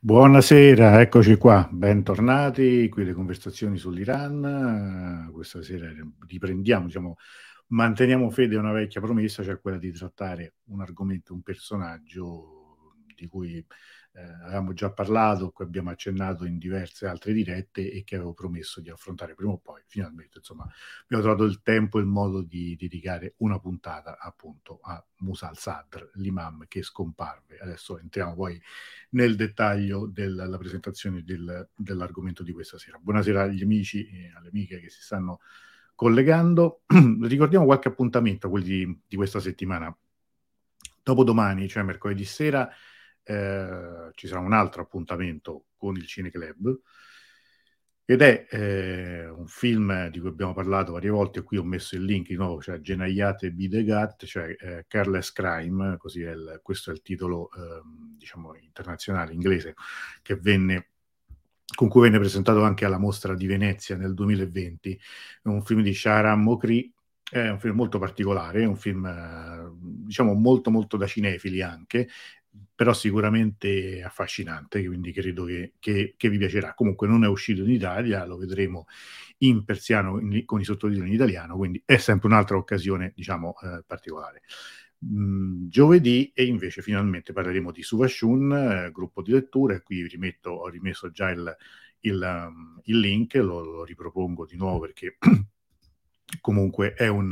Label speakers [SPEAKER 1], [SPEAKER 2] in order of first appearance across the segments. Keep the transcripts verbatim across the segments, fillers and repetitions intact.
[SPEAKER 1] Buonasera, eccoci qua, bentornati, qui le conversazioni sull'Iran. Eh, Questa sera riprendiamo, diciamo, manteniamo fede a una vecchia promessa, cioè quella di trattare un argomento, un personaggio di cui eh, avevamo già parlato, cui abbiamo accennato in diverse altre dirette e che avevo promesso di affrontare prima o poi. Finalmente, insomma, abbiamo trovato il tempo e il modo di dedicare una puntata appunto a Musa al-Sadr, l'imam che scomparve. Adesso entriamo poi nel dettaglio della presentazione del, dell'argomento di questa sera. Buonasera agli amici e alle amiche che si stanno collegando. Ricordiamo qualche appuntamento, quelli di, di questa settimana. Dopodomani, cioè mercoledì sera, eh, ci sarà un altro appuntamento con il Cineclub ed è eh, un film di cui abbiamo parlato varie volte. Qui ho messo il link di nuovo, cioè Genaiate Bidegat, cioè eh, Careless Crime, così è il, questo è il titolo eh, diciamo internazionale inglese che venne con cui venne presentato anche alla Mostra di Venezia nel duemilaventi. È un film di Shahram Mokri, è un film molto particolare, è un film eh, diciamo molto molto da cinefili anche, però sicuramente affascinante, quindi credo che, che, che vi piacerà. Comunque non è uscito in Italia, lo vedremo in persiano in, con i sottotitoli in italiano, quindi è sempre un'altra occasione, diciamo, eh, particolare. Mm, giovedì e invece finalmente parleremo di Suvashun, eh, gruppo di lettura, e qui rimetto, ho rimesso già il, il, um, il link, lo, lo ripropongo di nuovo perché comunque è un,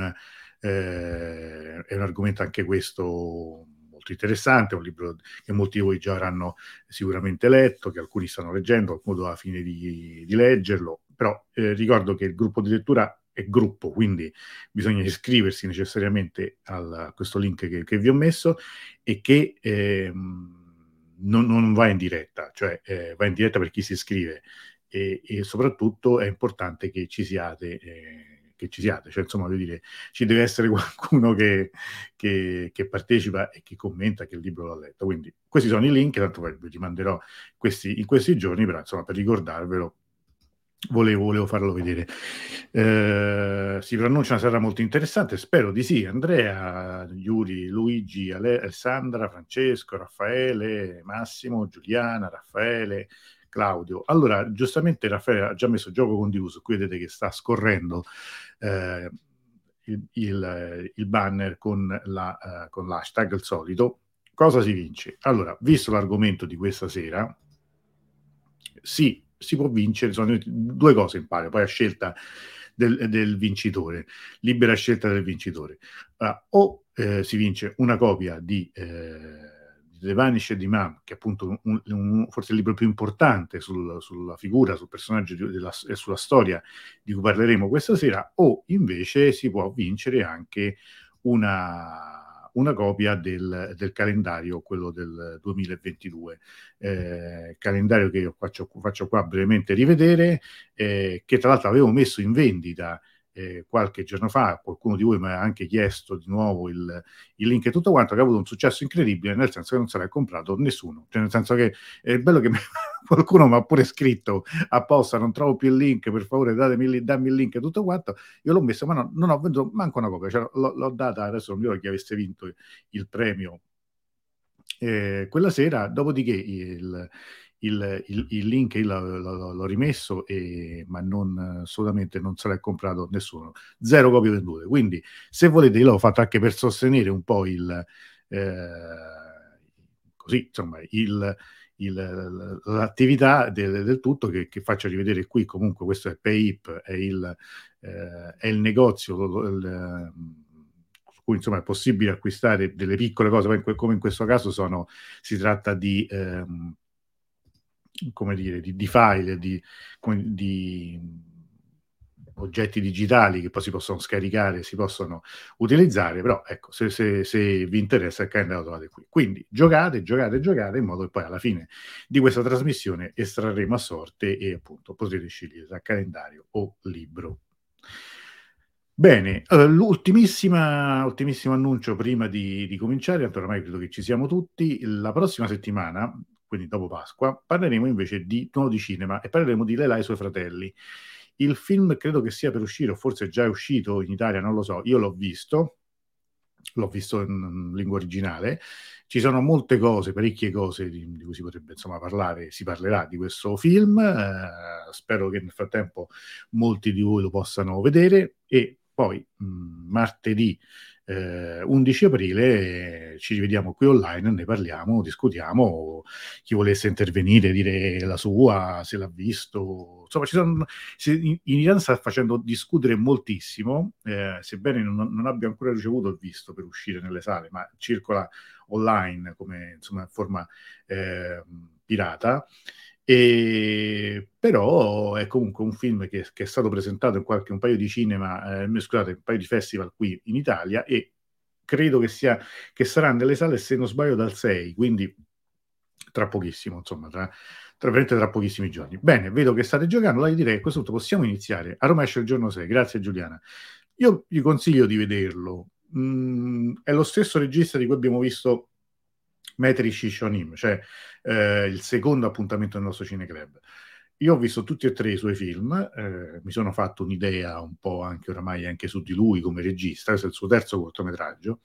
[SPEAKER 1] eh, è un argomento anche questo molto interessante, è un libro che molti di voi già avranno sicuramente letto, che alcuni stanno leggendo, qualcuno ha fine di, di leggerlo, però eh, ricordo che il gruppo di lettura è gruppo, quindi bisogna iscriversi necessariamente a questo link che, che vi ho messo e che ehm, non, non va in diretta, cioè eh, va in diretta per chi si iscrive e, e soprattutto è importante che ci siate. Eh, che ci siate, cioè insomma voglio dire, ci deve essere qualcuno che, che, che partecipa e che commenta che il libro l'ha letto. Quindi questi sono i link, tanto poi vi rimanderò questi, in questi giorni, però insomma per ricordarvelo volevo, volevo farlo vedere. Eh, si pronuncia una serata molto interessante, spero di sì. Andrea, Yuri, Luigi, Ale- Alessandra, Francesco, Raffaele, Massimo, Giuliana, Raffaele, Claudio. Allora, giustamente Raffaele ha già messo gioco condiviso, qui vedete che sta scorrendo eh, il, il, il banner con, la, uh, con l'hashtag, il solito. Cosa si vince? Allora, visto l'argomento di questa sera, sì, si può vincere, sono due cose in palio, poi a scelta del, del vincitore, libera scelta del vincitore. Allora, o eh, si vince una copia di eh, The Vanished Imam, che è appunto un, un, forse il libro più importante sul, sulla figura, sul personaggio di, della, e sulla storia di cui parleremo questa sera, o invece si può vincere anche una, una copia del, del calendario, quello del duemilaventidue, eh, calendario che io faccio, faccio qua brevemente rivedere, eh, che tra l'altro avevo messo in vendita eh, qualche giorno fa. Qualcuno di voi mi ha anche chiesto di nuovo il, il link e tutto quanto, che ha avuto un successo incredibile, nel senso che non se l'ha comprato nessuno, cioè nel senso che è bello che mi, qualcuno mi ha pure scritto apposta, non trovo più il link, per favore datemi, dammi il link e tutto quanto. Io l'ho messo, ma no, non ho venduto manco una copia, cioè, l'ho, l'ho data, adesso non mi ricordo chi avesse vinto il premio eh, quella sera. Dopodiché il, il, il, il link io l'ho, l'ho- l'ho rimesso, e, ma non assolutamente non se l'è comprato nessuno, zero copie vendute. Quindi se volete, io l'ho fatto anche per sostenere un po' il eh, così insomma il, il- l'attività del, del tutto, che, che faccio rivedere qui. Comunque questo è PayIp, è il, eh, è il negozio il, su cui insomma è possibile acquistare delle piccole cose, poi in que- come in questo caso sono, si tratta di, ehm, come dire, di, di file, di, come- di oggetti digitali che poi si possono scaricare, si possono utilizzare, però ecco, se, se- se vi interessa il calendario lo trovate qui. Quindi giocate, giocate, giocate, in modo che poi alla fine di questa trasmissione estrarremo a sorte e appunto potrete scegliere tra calendario o libro. Bene, allora, l'ultimissima, ultimissimo annuncio prima di, di cominciare, tanto ormai credo che ci siamo tutti. La prossima settimana, quindi dopo Pasqua, parleremo invece di nuovo di cinema e parleremo di Lelà e i suoi fratelli. Il film credo che sia per uscire, o forse è già uscito in Italia, non lo so, io l'ho visto, l'ho visto in, in lingua originale. Ci sono molte cose, parecchie cose di, di cui si potrebbe insomma parlare, si parlerà di questo film. Eh, spero che nel frattempo molti di voi lo possano vedere e poi mh, martedì eh, undici aprile eh, ci rivediamo qui online, ne parliamo, discutiamo, chi volesse intervenire, dire la sua, se l'ha visto. Insomma, ci sono, in Iran sta facendo discutere moltissimo, eh, sebbene non, non abbia ancora ricevuto il visto per uscire nelle sale, ma circola online come insomma forma eh, pirata. E, però è comunque un film che, che è stato presentato in qualche un paio di cinema, eh, scusate, un paio di festival qui in Italia e credo che sia che sarà nelle sale, se non sbaglio, dal sei, quindi tra pochissimo, insomma, tra, tra, veramente tra pochissimi giorni. Bene, vedo che state giocando, allora direi a questo punto possiamo iniziare. A Roma esce il giorno sei, grazie Giuliana. Io vi consiglio di vederlo. Mm, è lo stesso regista di cui abbiamo visto Metri Shishonim, cioè eh, il secondo appuntamento del nostro cineclub. Io ho visto tutti e tre i suoi film, eh, mi sono fatto un'idea un po' anche oramai anche su di lui come regista, questo è il suo terzo cortometraggio,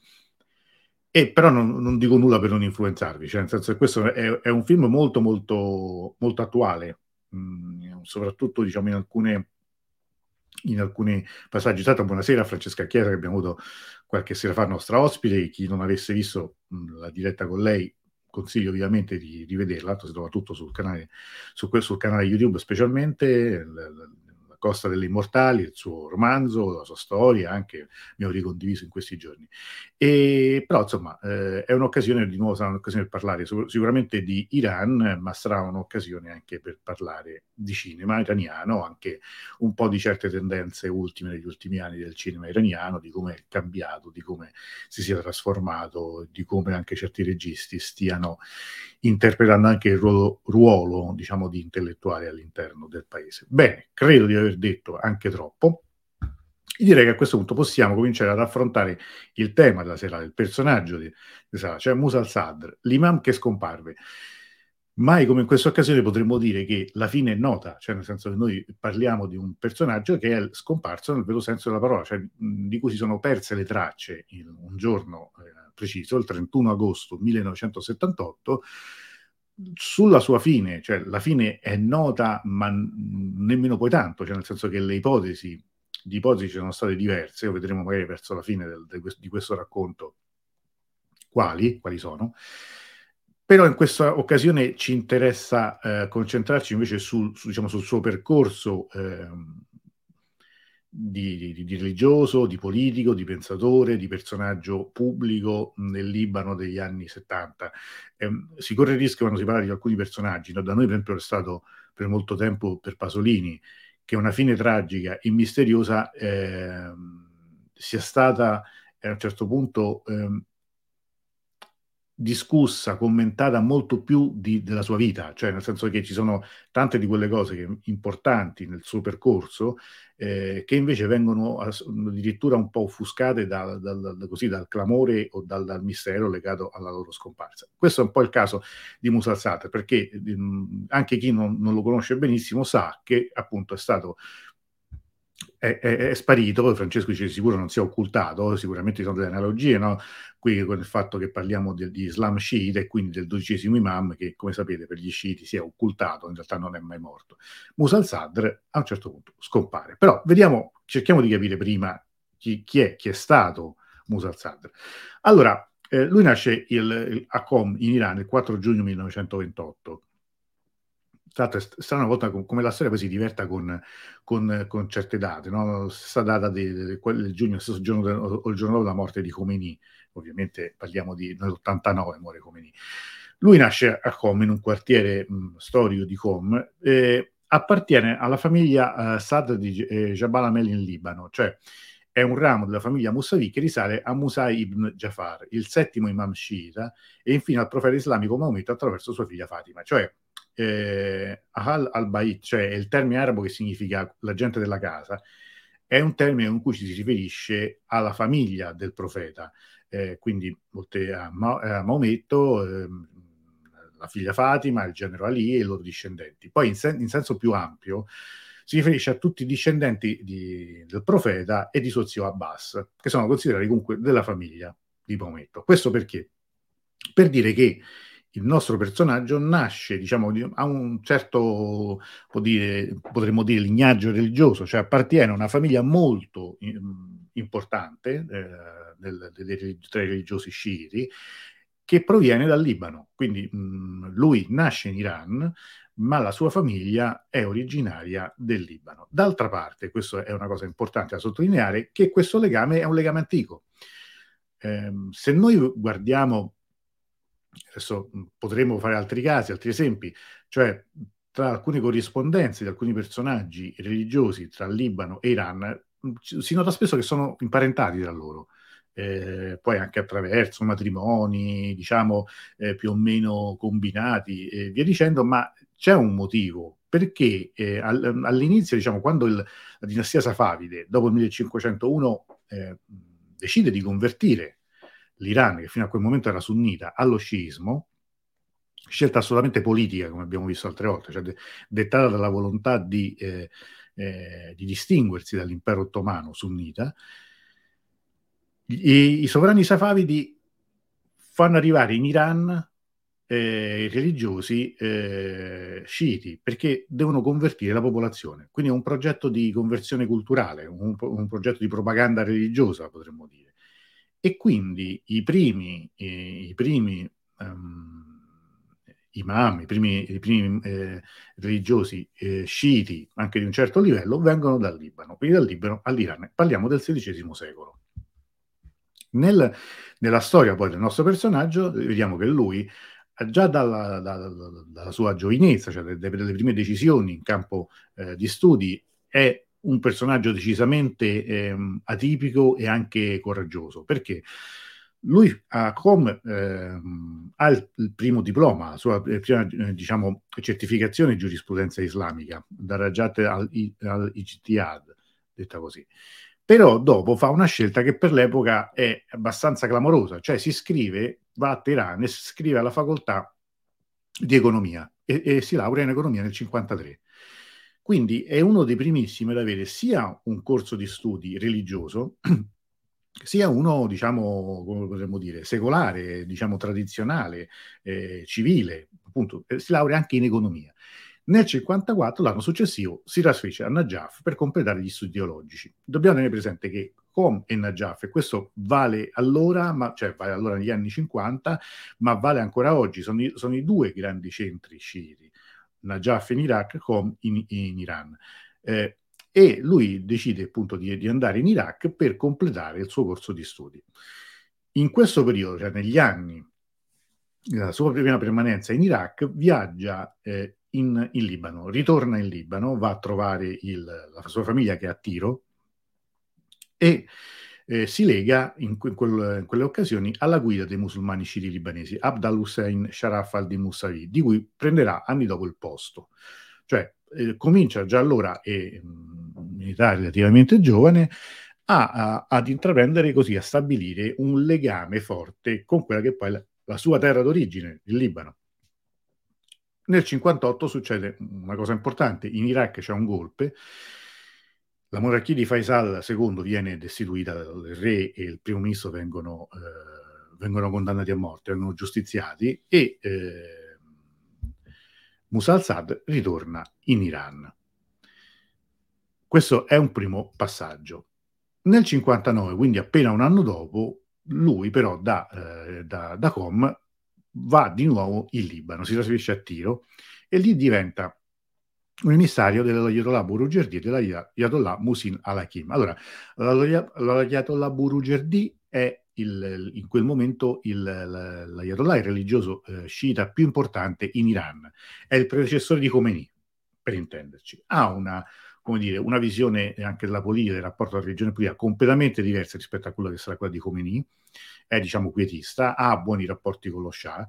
[SPEAKER 1] e però non, non dico nulla per non influenzarvi, cioè nel senso che questo è, è un film molto molto molto attuale, mh, soprattutto diciamo in alcune in alcuni passaggi. Tanto buonasera a Francesca Chiesa che abbiamo avuto qualche sera fa nostra ospite, chi non avesse visto mh, la diretta con lei consiglio ovviamente di, di vederla, si trova tutto sul canale, su, sul canale YouTube specialmente, l, l, La Costa delle Immortali, il suo romanzo, la sua storia, anche abbiamo ricondiviso in questi giorni. E, però insomma eh, è un'occasione, di nuovo sarà un'occasione per parlare sicuramente di Iran, ma sarà un'occasione anche per parlare di cinema iraniano, anche un po' di certe tendenze ultime negli ultimi anni del cinema iraniano, di come è cambiato, di come si sia trasformato, di come anche certi registi stiano interpretando anche il ruolo, ruolo diciamo, di intellettuali all'interno del paese. Bene, credo di aver detto anche troppo. E direi che a questo punto possiamo cominciare ad affrontare il tema della serata, il personaggio di, di Salah, cioè Musa al-Sadr, l'imam che scomparve. Mai come in questa occasione potremmo dire che la fine è nota, cioè nel senso che noi parliamo di un personaggio che è scomparso nel vero senso della parola, cioè mh, di cui si sono perse le tracce in un giorno eh, preciso, il trentuno agosto millenovecentosettantotto, sulla sua fine, cioè la fine è nota ma n- nemmeno poi tanto, cioè nel senso che le ipotesi, di ipotesi ci sono state diverse, lo vedremo magari verso la fine del, de, di questo racconto quali, quali sono. Però in questa occasione ci interessa eh, concentrarci invece sul, su, diciamo, sul suo percorso eh, di, di, di religioso, di politico, di pensatore, di personaggio pubblico nel Libano degli anni settanta. Eh, si corre il rischio quando si parla di alcuni personaggi, no? Da noi per esempio è stato per molto tempo per Pasolini, che una fine tragica e misteriosa eh, sia stata a un certo punto eh, discussa, commentata molto più di, della sua vita, cioè nel senso che ci sono tante di quelle cose che, importanti nel suo percorso eh, che invece vengono addirittura un po' offuscate da, da, da, così, dal clamore o dal, dal mistero legato alla loro scomparsa. Questo è un po' il caso di Musa al-Sadr, perché mh, anche chi non, non lo conosce benissimo sa che appunto è stato È, è, è sparito, Francesco dice sicuro non si è occultato, sicuramente ci sono delle analogie, no? Qui con il fatto che parliamo di, di Islam sciita e quindi del dodicesimo imam che come sapete per gli sciiti si è occultato, in realtà non è mai morto. Musa al-Sadr a un certo punto scompare, però vediamo, cerchiamo di capire prima chi, chi è, chi è stato Musa al-Sadr. Allora, eh, lui nasce il, il, a Qom in Iran il quattro giugno millenovecentoventotto. Tra l'altro è strana una volta come la storia poi si diverta con, con, con certe date, no? Stessa data del giugno, stesso giorno del, o il giorno dopo la morte di Khomeini, ovviamente parliamo di nell'ottantanove muore Khomeini. Lui nasce a Qom, in un quartiere mh, storico di Qom, eh, appartiene alla famiglia eh, Sadr di eh, Jabal Amel in Libano, cioè è un ramo della famiglia Musavi che risale a Musa ibn Jafar, il settimo imam sciita, e infine al profeta islamico Maometto attraverso sua figlia Fatima, cioè eh, Ahl al-Bait, cioè è il termine arabo che significa la gente della casa, è un termine con cui ci si riferisce alla famiglia del profeta, eh, quindi oltre a, Ma- a Maometto, eh, la figlia Fatima, il genero Ali e i loro discendenti. Poi in, sen- in senso più ampio si riferisce a tutti i discendenti di, del profeta e di suo zio Abbas, che sono considerati comunque della famiglia di Maometto. Questo perché? Per dire che il nostro personaggio nasce, diciamo, ha un certo, può dire, potremmo dire, lignaggio religioso, cioè appartiene a una famiglia molto eh, importante eh, del, dei, tra i religiosi sciiti, che proviene dal Libano. Quindi mh, lui nasce in Iran, ma la sua famiglia è originaria del Libano. D'altra parte, questa è una cosa importante da sottolineare, che questo legame è un legame antico. Eh, se noi guardiamo, adesso potremmo fare altri casi, altri esempi, cioè tra alcune corrispondenze di alcuni personaggi religiosi tra Libano e Iran, si nota spesso che sono imparentati tra loro. Eh, poi anche attraverso matrimoni, diciamo, eh, più o meno combinati e via dicendo, ma c'è un motivo, perché eh, all- all'inizio, diciamo, quando il, la dinastia Safavide, dopo il millecinquecentouno, eh, decide di convertire l'Iran, che fino a quel momento era sunnita, allo sciismo, scelta assolutamente politica, come abbiamo visto altre volte, cioè de- dettata dalla volontà di, eh, eh, di distinguersi dall'impero ottomano sunnita, i, i sovrani safavidi fanno arrivare in Iran eh, religiosi eh, sciiti, perché devono convertire la popolazione. Quindi è un progetto di conversione culturale, un, un progetto di propaganda religiosa, potremmo dire. E quindi i primi, eh, i primi um, imam, i primi, i primi eh, religiosi eh, sciiti, anche di un certo livello, vengono dal Libano. Quindi dal Libano all'Iran. Parliamo del sedicesimo secolo. Nel, nella storia poi del nostro personaggio vediamo che lui già dalla, dalla, dalla sua giovinezza, cioè delle, delle prime decisioni in campo eh, di studi, è un personaggio decisamente ehm, atipico e anche coraggioso, perché lui a Com ehm, ha il, il primo diploma, la sua eh, prima eh, diciamo, certificazione in giurisprudenza islamica, da Rajat al-Ijtihad, detta così. Però dopo fa una scelta che per l'epoca è abbastanza clamorosa, cioè si iscrive, va a Teheran e si iscrive alla facoltà di economia e, e si laurea in economia nel cinquantatré. Quindi è uno dei primissimi ad avere sia un corso di studi religioso, sia uno, diciamo, come potremmo dire, secolare, diciamo, tradizionale, eh, civile, appunto, eh, si laurea anche in economia. Nel cinquantaquattro, l'anno successivo, si trasferisce a Najaf per completare gli studi teologici. Dobbiamo tenere presente che Qom e Najaf, e questo vale allora, ma, cioè vale allora negli anni cinquanta, ma vale ancora oggi, sono i, sono i due grandi centri sciiti, Najaf in Iraq, Qom in, in Iran. Eh, e lui decide appunto di, di andare in Iraq per completare il suo corso di studi. In questo periodo, cioè negli anni la sua prima permanenza in Iraq, viaggia eh, in, in Libano, ritorna in Libano, va a trovare il, la sua famiglia che è a Tiro e eh, si lega in, in, quel, in, quelle occasioni alla guida dei musulmani sciiti libanesi, Abd al-Hussein Sharaf al-Din Musavi, di cui prenderà anni dopo il posto. Cioè eh, comincia già allora, e in età relativamente giovane, a, a, ad intraprendere così, a stabilire un legame forte con quella che poi è la, la sua terra d'origine, il Libano. Nel cinquantotto succede una cosa importante, in Iraq c'è un golpe, la monarchia di Faisal secondo viene destituita, il re e il primo ministro vengono, eh, vengono condannati a morte, vengono giustiziati e eh, Musa al-Sad ritorna in Iran. Questo è un primo passaggio. Nel cinquantanove, quindi appena un anno dopo, lui però da, eh, da, da Qom va di nuovo in Libano, si trasferisce a Tiro e lì diventa un emissario dell'Ayatollah Borujerdi e dell'Ayatollah Muhsin al-Hakim. Allora, l'Ayatollah Borujerdi è il, in quel momento il, l'Ayatollah, il religioso eh, sciita più importante in Iran. È il predecessore di Khomeini, per intenderci. Ha una, come dire, una visione anche della politica, del rapporto alla religione politica completamente diversa rispetto a quella che sarà quella di Khomeini. È, diciamo, quietista, ha buoni rapporti con lo Shah,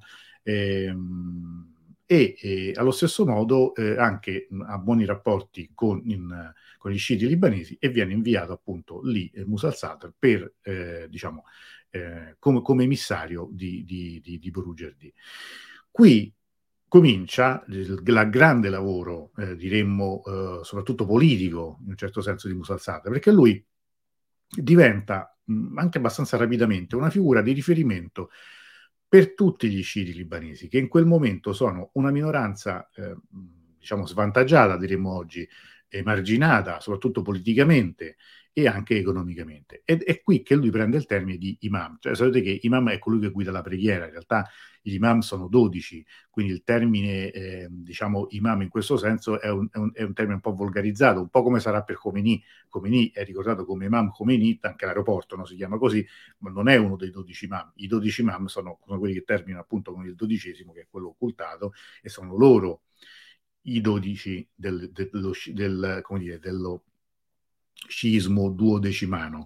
[SPEAKER 1] ehm, e eh, allo stesso modo eh, anche mh, ha buoni rapporti con, in, con gli sciiti libanesi e viene inviato appunto lì eh, Musa al-Sadr per, eh, diciamo, eh, come, come emissario di, di, di, di Borujerdi. Qui comincia il, il grande lavoro, eh, diremmo, eh, soprattutto politico, in un certo senso, di Musa al-Sadr, perché lui diventa mh, anche abbastanza rapidamente una figura di riferimento per tutti gli sciiti libanesi, che in quel momento sono una minoranza, eh, diciamo, svantaggiata, diremmo oggi, emarginata, soprattutto politicamente e anche economicamente. Ed è qui che lui prende il termine di imam. Cioè, sapete che imam è colui che guida la preghiera, in realtà gli imam sono dodici, quindi il termine, eh, diciamo, imam in questo senso è un, è, un, è un termine un po' volgarizzato, un po' come sarà per Khomeini. Khomeini è ricordato come imam Khomeini, anche l'aeroporto no, si chiama così, ma non è uno dei dodici imam. I dodici imam sono, sono quelli che terminano appunto con il dodicesimo, che è quello occultato, e sono loro i dodici del, dello, del, come dire, dello sciismo duodecimano.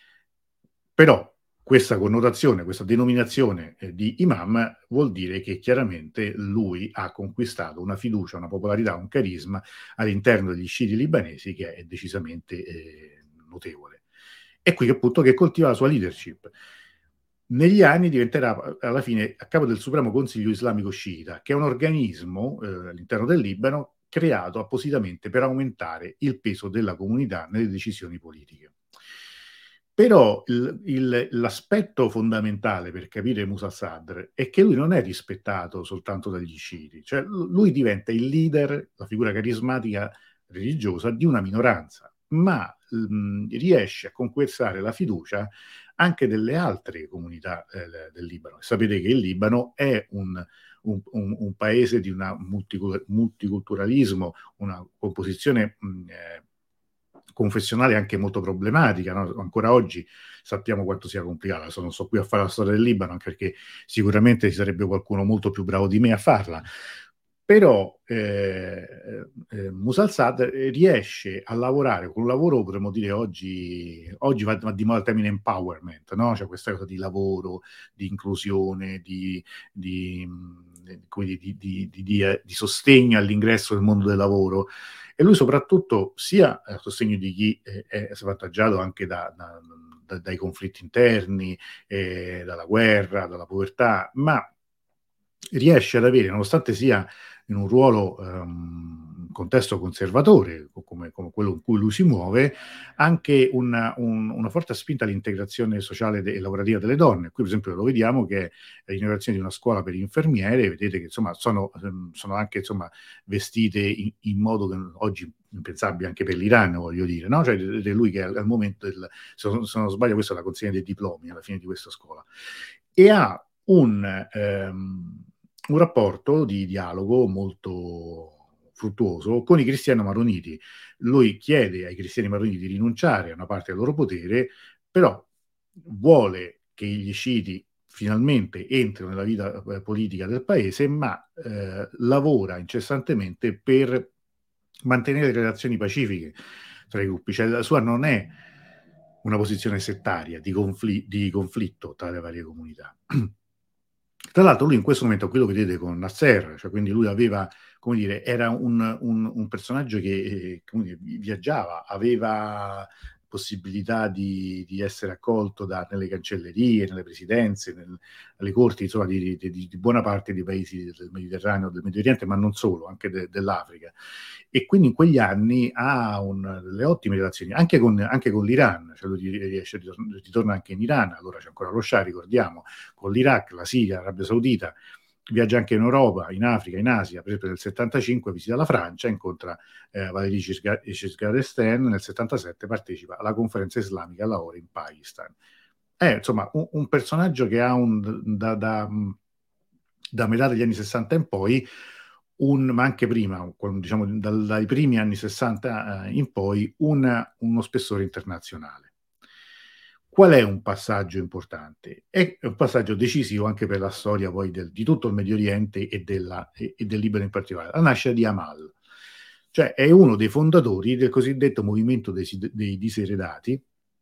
[SPEAKER 1] Però questa connotazione, questa denominazione eh, di imam vuol dire che chiaramente lui ha conquistato una fiducia, una popolarità, un carisma all'interno degli sciiti libanesi che è decisamente eh, notevole. È qui appunto che coltiva la sua leadership. Negli anni diventerà alla fine a capo del Supremo Consiglio Islamico Sciita, che è un organismo eh, all'interno del Libano creato appositamente per aumentare il peso della comunità nelle decisioni politiche. Però il, il, l'aspetto fondamentale per capire Musa Sadr è che lui non è rispettato soltanto dagli sciiti, cioè lui diventa il leader, la figura carismatica religiosa di una minoranza, ma mh, riesce a conquistare la fiducia anche delle altre comunità eh, del Libano. Sapete che il Libano è un, un, un, un paese di un multiculturalismo, una composizione mh, eh, confessionale anche molto problematica, no? Ancora oggi sappiamo quanto sia complicata. Adesso non sto qui a fare la storia del Libano, anche perché sicuramente ci sarebbe qualcuno molto più bravo di me a farla. Però eh, eh, Musa Sadr riesce a lavorare con un lavoro, potremmo dire oggi, oggi va, va di moda il termine empowerment, no? Cioè questa cosa di lavoro, di inclusione, di, di, di, di, di, di sostegno all'ingresso nel mondo del lavoro. E lui soprattutto sia a sostegno di chi è svantaggiato anche da, da, da, dai conflitti interni, eh, dalla guerra, dalla povertà, ma riesce ad avere, nonostante sia in un ruolo, um, contesto conservatore, come, come quello in cui lui si muove, anche una, un, una forte spinta all'integrazione sociale e lavorativa delle donne. Qui, per esempio, lo vediamo che è l'inaugurazione di una scuola per infermiere, vedete che insomma sono, sono anche insomma, vestite in, in modo che oggi impensabile anche per l'Iran, voglio dire, no? Cioè è lui che al momento del, se non, se non sbaglio, questa è la consegna dei diplomi alla fine di questa scuola. E ha un, ehm, un rapporto di dialogo molto fruttuoso con i cristiani maroniti. Lui chiede ai cristiani maroniti di rinunciare a una parte del loro potere, però vuole che gli sciiti finalmente entrino nella vita eh, politica del paese, ma eh, lavora incessantemente per mantenere relazioni pacifiche tra i gruppi. Cioè la sua non è una posizione settaria di, confl- di conflitto tra le varie comunità. Tra l'altro lui in questo momento, qui lo vedete con Nasser, cioè quindi lui aveva, come dire, era un, un, un personaggio che eh, come dire, viaggiava, aveva possibilità di, di essere accolto da, nelle cancellerie, nelle presidenze, nel, nelle corti, insomma, di, di, di, buona parte dei paesi del Mediterraneo, del Medio Oriente, ma non solo, anche de, dell'Africa. E quindi in quegli anni ha un, delle ottime relazioni, anche con, anche con l'Iran, cioè lui riesce, ritorna, ritorna anche in Iran, allora c'è ancora lo Shah, ricordiamo, con l'Iraq, la Siria, l'Arabia Saudita, viaggia anche in Europa, in Africa, in Asia. Per esempio nel settantacinque visita la Francia, incontra eh, Valéry Giscard d'Estaing, nel settantasette partecipa alla conferenza islamica a Lahore in Pakistan. È insomma un, un personaggio che ha un, da, da, da metà degli anni sessanta in poi, un, ma anche prima, diciamo dal, dai primi anni sessanta eh, in poi, una, uno spessore internazionale. Qual è un passaggio importante? È un passaggio decisivo anche per la storia poi del, di tutto il Medio Oriente e, della, e, e del Libano in particolare, la nascita di Amal. Cioè è uno dei fondatori del cosiddetto movimento dei, dei diseredati.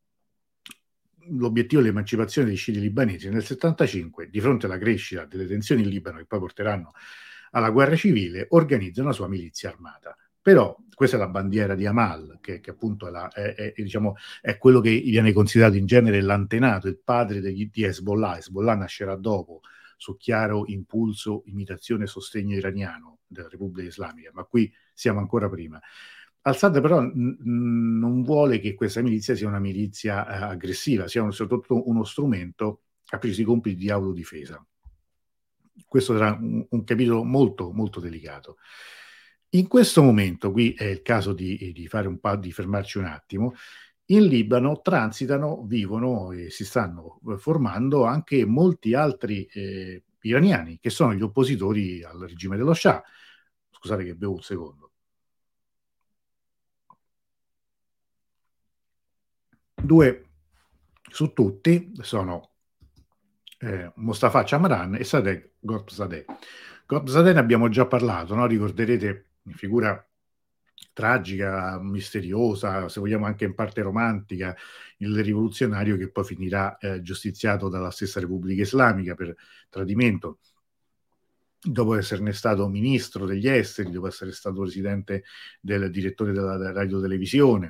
[SPEAKER 1] L'obiettivo dell'emancipazione dei sciiti libanesi nel settantacinque, di fronte alla crescita delle tensioni in Libano che poi porteranno alla guerra civile, organizza una sua milizia armata. Però questa è la bandiera di Amal, che, che appunto è, la, è, è, diciamo, è quello che viene considerato in genere l'antenato, il padre degli, di Hezbollah. Hezbollah nascerà dopo, su chiaro impulso, imitazione e sostegno iraniano della Repubblica Islamica, ma qui siamo ancora prima. Assad però n- n- non vuole che questa milizia sia una milizia eh, aggressiva, sia un- soprattutto uno strumento a presi i compiti di autodifesa. Questo sarà un, un capitolo molto, molto delicato. In questo momento, qui è il caso di, di fare un po', di fermarci un attimo, in Libano transitano, vivono e si stanno eh, formando anche molti altri eh, iraniani che sono gli oppositori al regime dello Shah. Scusate che bevo un secondo. Due su tutti sono eh, Mostafa Chamran e Sadegh Ghorpzadeh. Ghorpzadeh ne abbiamo già parlato, no? Ricorderete, figura tragica, misteriosa, se vogliamo anche in parte romantica, il rivoluzionario che poi finirà eh, giustiziato dalla stessa Repubblica Islamica per tradimento, dopo esserne stato ministro degli esteri, dopo essere stato presidente del direttore della radiotelevisione.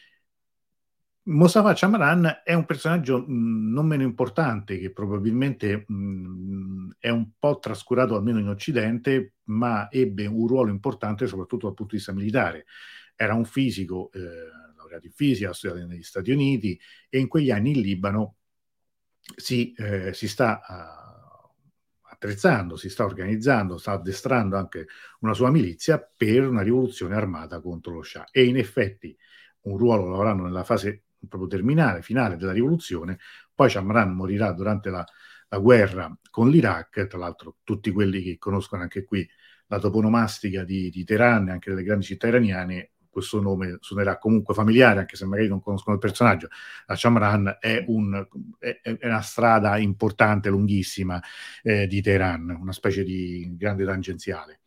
[SPEAKER 1] Mostafa Chamran è un personaggio mh, non meno importante che probabilmente mh, è un po' trascurato almeno in Occidente, ma ebbe un ruolo importante soprattutto dal punto di vista militare. Era un fisico, eh, laureato in fisica, ha studiato negli Stati Uniti e in quegli anni in Libano si, eh, si sta uh, attrezzando, si sta organizzando, sta addestrando anche una sua milizia per una rivoluzione armata contro lo Shah. E in effetti un ruolo lo avranno nella fase proprio terminale, finale della rivoluzione. Poi Chamran morirà durante la, la guerra con l'Iraq. Tra l'altro tutti quelli che conoscono anche qui la toponomastica di, di Teheran e anche delle grandi città iraniane, questo nome suonerà comunque familiare, anche se magari non conoscono il personaggio. La Chamran è, un, è, è una strada importante, lunghissima, eh, di Teheran, una specie di grande tangenziale.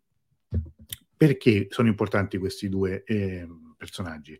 [SPEAKER 1] Perché sono importanti questi due eh, personaggi?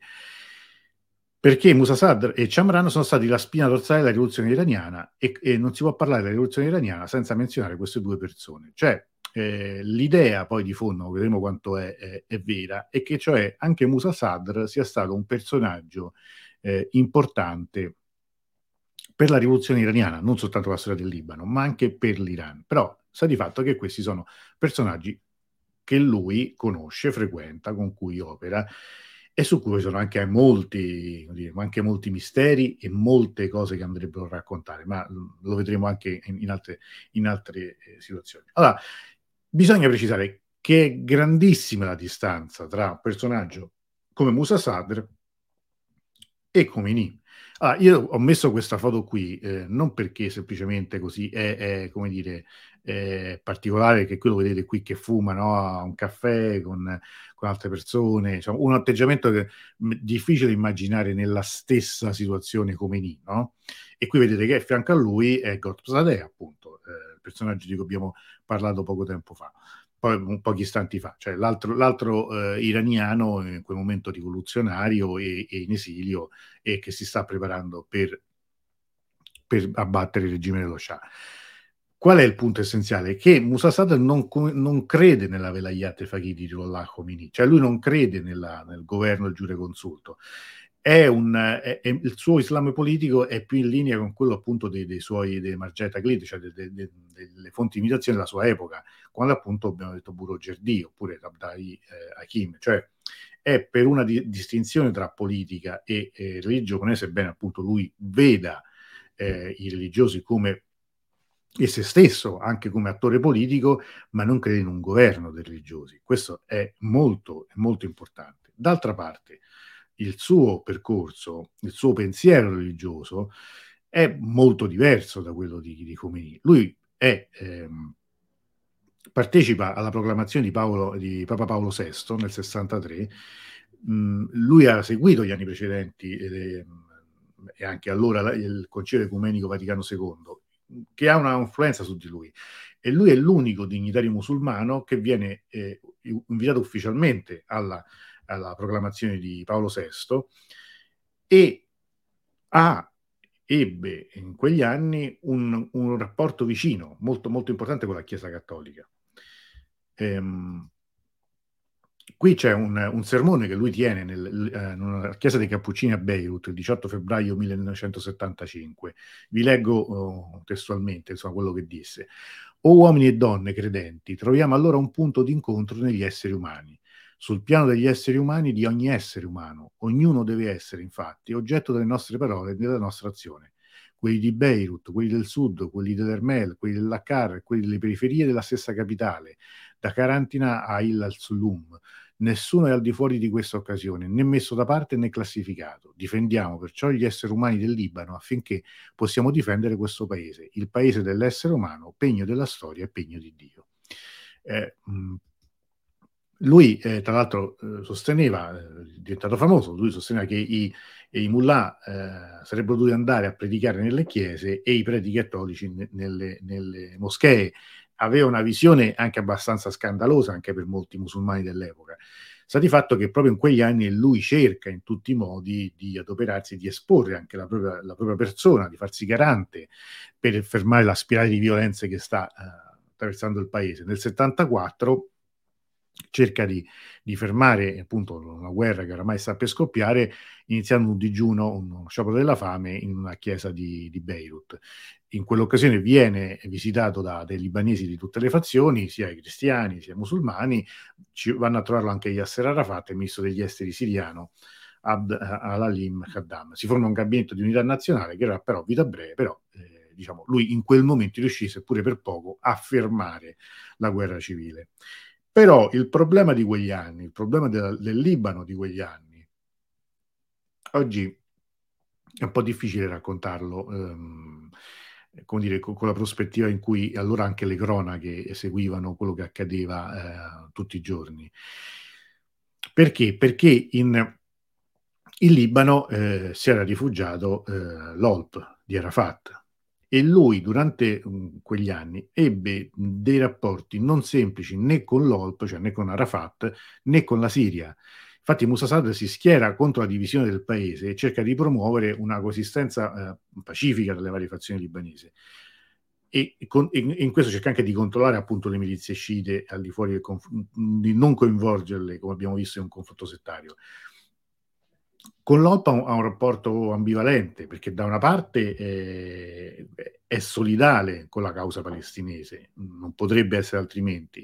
[SPEAKER 1] Perché Musa Sadr e Chamran sono stati la spina dorsale della rivoluzione iraniana e, e non si può parlare della rivoluzione iraniana senza menzionare queste due persone. Cioè, eh, l'idea poi di fondo, vedremo quanto è, è, è vera, è che cioè anche Musa Sadr sia stato un personaggio eh, importante per la rivoluzione iraniana, non soltanto per la storia del Libano, ma anche per l'Iran. Però sta di fatto che questi sono personaggi che lui conosce, frequenta, con cui opera e su cui sono anche molti, anche molti misteri e molte cose che andrebbero a raccontare, ma lo vedremo anche in, in altre, in altre eh, situazioni. Allora, bisogna precisare che è grandissima la distanza tra un personaggio come Musa Sadr e Khomeini. Ah, io ho messo questa foto qui eh, non perché semplicemente così è, è, come dire, è particolare, che qui lo vedete qui che fuma, no? A un caffè con, con altre persone, insomma, un atteggiamento che m- difficile immaginare nella stessa situazione Khomeini, no? E qui vedete che a fianco a lui è Ghorpzadeh, appunto, eh, il personaggio di cui abbiamo parlato poco tempo fa. Poi, pochi istanti fa, cioè l'altro, l'altro eh, iraniano in quel momento rivoluzionario e, e in esilio e che si sta preparando per, per abbattere il regime dello Shah. Qual è il punto essenziale? Che Musa Sadr non, non crede nella velayat faqih di Ruhollah Khomeini, cioè lui non crede nella, nel governo del giureconsulto. È un, è, è, il suo Islam politico è più in linea con quello appunto dei, dei suoi dei Marjet Taglid, cioè de, de, de, delle fonti di imitazione della sua epoca, quando appunto abbiamo detto Burogerdi oppure Abdai eh, Hakim, cioè è per una di, distinzione tra politica e eh, religione, sebbene appunto lui veda eh, i religiosi come e se stesso anche come attore politico, ma non crede in un governo dei religiosi. Questo è molto, molto importante. D'altra parte, il suo percorso, il suo pensiero religioso è molto diverso da quello di, di Khomeini. Lui è, ehm, partecipa alla proclamazione di, Paolo, di Papa Paolo sesto nel sessantatré. Mm, lui ha seguito gli anni precedenti eh, e anche allora il Concilio Ecumenico Vaticano secondo, che ha una influenza su di lui. E lui è l'unico dignitario musulmano che viene eh, invitato ufficialmente alla, alla proclamazione di Paolo sesto e ha, ebbe in quegli anni un, un rapporto vicino, molto, molto importante con la Chiesa Cattolica. Ehm, Qui c'è un, un sermone che lui tiene nel, eh, nella chiesa dei Cappuccini a Beirut il diciotto febbraio millenovecentosettantacinque. Vi leggo oh, testualmente insomma, quello che disse. O uomini e donne credenti, troviamo allora un punto d'incontro negli esseri umani. sul piano degli esseri umani di ogni essere umano. Ognuno deve essere, infatti, oggetto delle nostre parole e della nostra azione. Quelli di Beirut, quelli del sud, quelli dell'Ermel, quelli dell'Akkar, quelli delle periferie della stessa capitale, da Carantina a Il al-Sulum. Nessuno è al di fuori di questa occasione, né messo da parte né classificato. Difendiamo perciò gli esseri umani del Libano affinché possiamo difendere questo paese, il paese dell'essere umano, pegno della storia e pegno di Dio. Eh, mh, lui, eh, tra l'altro, eh, sosteneva, eh, è diventato famoso, lui sosteneva che i, i mullah eh, sarebbero dovuti andare a predicare nelle chiese e i preti cattolici ne, nelle, nelle moschee. Aveva una visione anche abbastanza scandalosa anche per molti musulmani dell'epoca. Sta di fatto che proprio in quegli anni lui cerca in tutti i modi di adoperarsi, di esporre anche la propria, la propria persona, di farsi garante per fermare la spirale di violenze che sta eh, attraversando il paese. Nel settantaquattro cerca di, di fermare appunto una guerra che oramai sta per scoppiare, iniziando un digiuno, uno sciopero della fame in una chiesa di, di Beirut. In quell'occasione viene visitato da dei libanesi di tutte le fazioni, sia i cristiani sia i musulmani. Ci vanno a trovarlo anche Yasser Arafat, il ministro degli esteri siriano, Abd al-Halim Khaddam. Si forma un gabinetto di unità nazionale che era però vita breve, però eh, diciamo, lui in quel momento riuscì, seppure per poco, a fermare la guerra civile. Però il problema di quegli anni, il problema del, del Libano di quegli anni, oggi è un po' difficile raccontarlo, ehm, come dire, con, con la prospettiva in cui allora anche le cronache seguivano quello che accadeva eh, tutti i giorni. Perché? Perché in, in Libano eh, si era rifugiato eh, l'O L P di Arafat. E lui durante um, quegli anni ebbe dei rapporti non semplici né con l'O L P, cioè né con Arafat, né con la Siria. Infatti Musa Sadr si schiera contro la divisione del paese e cerca di promuovere una coesistenza eh, pacifica delle varie fazioni libanesi. E, con, e in questo cerca anche di controllare appunto le milizie sciite al di fuori del conf- di non coinvolgerle, come abbiamo visto, in un conflitto settario. Con l'O L P ha un, ha un rapporto ambivalente, perché da una parte eh, è solidale con la causa palestinese, non potrebbe essere altrimenti,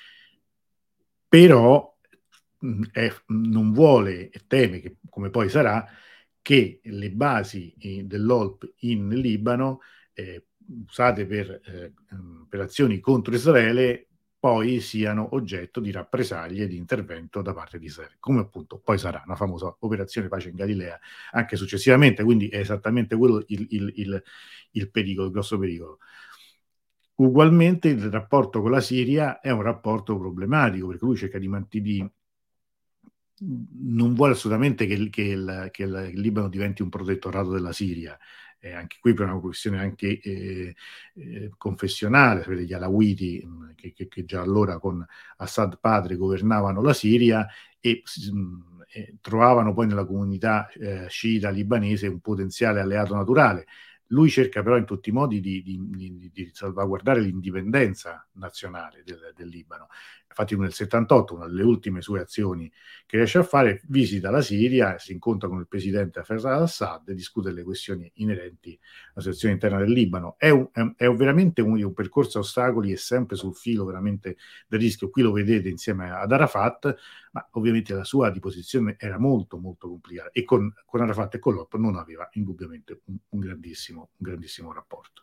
[SPEAKER 1] però mh, è, non vuole e teme, che, come poi sarà, che le basi eh, dell'O L P in Libano, eh, usate per eh, operazioni contro Israele, poi siano oggetto di rappresaglie e di intervento da parte di Israele, come appunto poi sarà una famosa operazione pace in Galilea anche successivamente, quindi è esattamente quello il, il, il, il pericolo, il grosso pericolo. Ugualmente il rapporto con la Siria è un rapporto problematico, perché lui cerca di mantenere, non vuole assolutamente che, il, che, il, che il Libano diventi un protettorato della Siria. Eh, anche qui per una questione anche eh, eh, confessionale, sapete, gli Alawiti mh, che, che, che già allora con Assad padre governavano la Siria e mh, eh, trovavano poi nella comunità eh, sciita libanese un potenziale alleato naturale. Lui cerca però in tutti i modi di, di, di, di salvaguardare l'indipendenza nazionale del, del Libano. Infatti nel settantotto, una delle ultime sue azioni che riesce a fare, visita la Siria, si incontra con il presidente Hafez al-Assad e discute le questioni inerenti alla situazione interna del Libano. È, un, è, è veramente un, un percorso a ostacoli e sempre sul filo veramente del rischio. Qui lo vedete insieme ad Arafat, ma ovviamente la sua di posizione era molto molto complicata e con, con Arafat e con l'O P non aveva indubbiamente un, un, grandissimo, un grandissimo rapporto.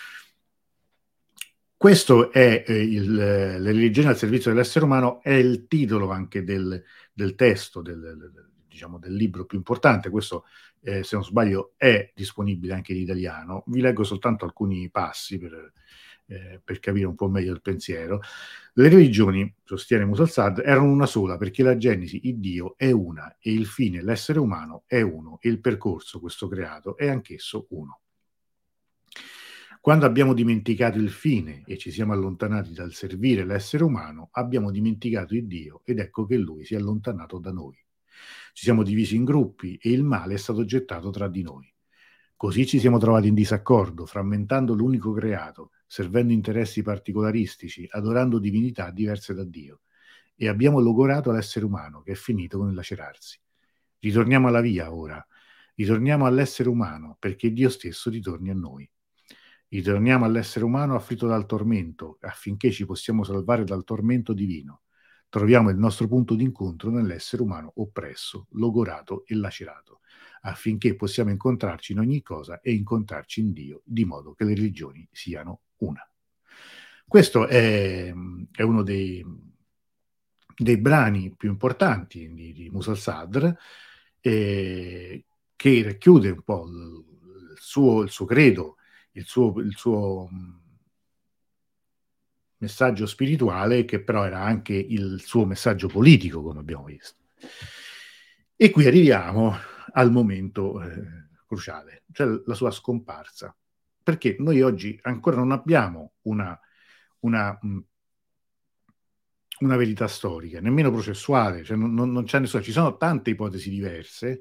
[SPEAKER 1] Questo è eh, il, le religioni al servizio dell'essere umano, è il titolo anche del, del testo, del, del, diciamo, del libro più importante. Questo, eh, se non sbaglio, è disponibile anche in italiano. Vi leggo soltanto alcuni passi per, eh, per capire un po' meglio il pensiero. Le religioni, sostiene Musa Sadr, erano una sola, perché la genesi, il Dio, è una, e il fine, l'essere umano, è uno, e il percorso, questo creato, è anch'esso uno. Quando abbiamo dimenticato il fine e ci siamo allontanati dal servire l'essere umano, abbiamo dimenticato il Dio ed ecco che Lui si è allontanato da noi. Ci siamo divisi in gruppi e il male è stato gettato tra di noi. Così ci siamo trovati in disaccordo, frammentando l'unico creato, servendo interessi particolaristici, adorando divinità diverse da Dio. E abbiamo logorato l'essere umano che è finito con il lacerarsi. Ritorniamo alla via ora. Ritorniamo all'essere umano perché Dio stesso ritorni a noi. Ritorniamo all'essere umano afflitto dal tormento, affinché ci possiamo salvare dal tormento divino. troviamo il nostro punto d'incontro nell'essere umano oppresso, logorato e lacerato, affinché possiamo incontrarci in ogni cosa e incontrarci in Dio, di modo che le religioni siano una. Questo è, è uno dei, dei brani più importanti di, di Musa al-Sadr, eh, che racchiude un po' il, il, suo, il suo credo, il suo, il suo mh, messaggio spirituale, che però era anche il suo messaggio politico, come abbiamo visto. E qui arriviamo al momento eh, cruciale, cioè la sua scomparsa, perché noi oggi ancora non abbiamo una, una, mh, una verità storica, nemmeno processuale, cioè non, non, non c'è nessuna, ci sono tante ipotesi diverse,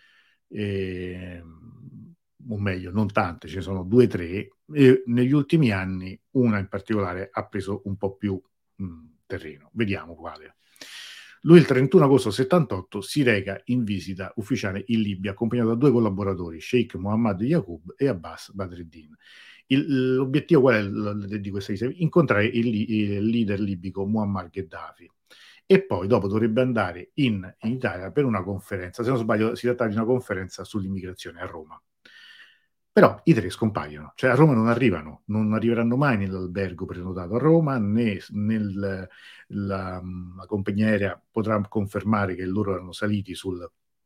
[SPEAKER 1] eh, o meglio, non tante, ce ne sono due o tre, e negli ultimi anni una in particolare ha preso un po' più mh, terreno. Vediamo quale. Lui il trentuno agosto settantotto si reca in visita ufficiale in Libia, accompagnato da due collaboratori, Sheikh Mohammed Yaqub e Abbas Badreddin. Il, l'obiettivo qual è il, di questa visita? Incontrare il, il leader libico Muammar Gheddafi. E poi dopo dovrebbe andare in, in Italia per una conferenza, se non sbaglio si tratta di una conferenza sull'immigrazione a Roma. Però i tre scompaiono, cioè a Roma non arrivano, non arriveranno mai nell'albergo prenotato a Roma, né nel, la, la compagnia aerea potrà confermare che loro erano saliti sul,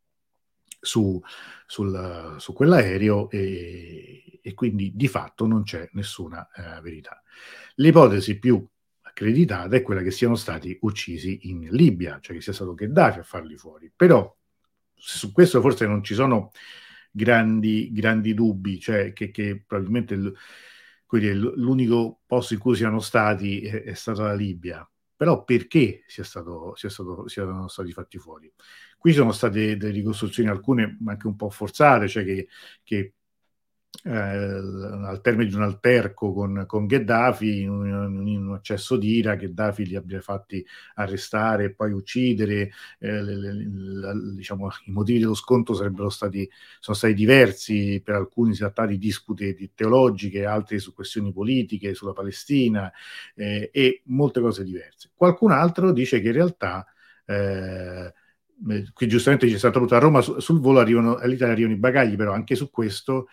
[SPEAKER 1] su, sul, su quell'aereo e, e quindi di fatto non c'è nessuna eh, verità. L'ipotesi più accreditata è quella che siano stati uccisi in Libia, cioè che sia stato Gheddafi a farli fuori, però su questo forse non ci sono grandi, grandi dubbi, cioè che, che probabilmente l, dire, l'unico posto in cui siano stati è, è stata la Libia. Però perché sia stato, sia stato, siano stati fatti fuori? Qui sono state delle ricostruzioni, alcune anche un po' forzate, cioè che, che eh, al termine di un alterco con, con Gheddafi, in un, in un accesso d'ira, Gheddafi li abbia fatti arrestare e poi uccidere. Eh, le, le, le, diciamo, i motivi dello scontro sarebbero stati, sono stati diversi, per alcuni si tratta di dispute teologiche, altri su questioni politiche, sulla Palestina eh, e molte cose diverse. Qualcun altro dice che in realtà eh, qui giustamente c'è stato a Roma su, sul volo arrivano, all'Italia arrivano i bagagli, però anche su questo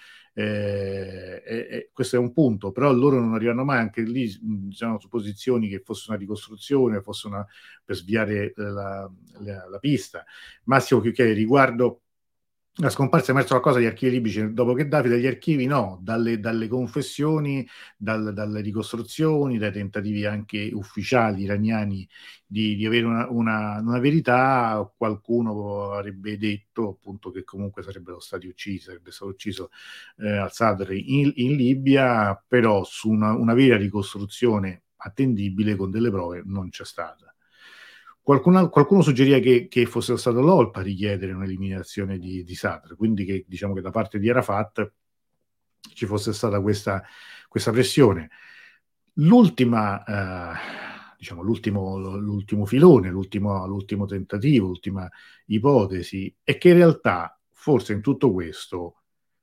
[SPEAKER 1] eh, eh, questo è un punto, però loro non arrivano mai, anche lì ci sono supposizioni che fosse una ricostruzione, fosse una per sviare la, la, la pista. Massimo Chiucchieri, riguardo la scomparsa è emerso qualcosa dagli archivi libici dopo Gheddafi, dagli archivi no, dalle, dalle confessioni, dal, dalle ricostruzioni, dai tentativi anche ufficiali iraniani di, di avere una, una, una verità. Qualcuno avrebbe detto appunto che comunque sarebbero stati uccisi, sarebbe stato ucciso eh, al-Sadr in, in Libia, però su una, una vera ricostruzione attendibile con delle prove non c'è stata. Qualcuno, qualcuno suggeriva che, che fosse stato l'O L P a richiedere un'eliminazione di, di Sadr, quindi che diciamo che da parte di Arafat ci fosse stata questa, questa pressione. L'ultima, eh, diciamo, l'ultimo, l'ultimo filone, l'ultimo, l'ultimo tentativo, l'ultima ipotesi è che in realtà forse in tutto questo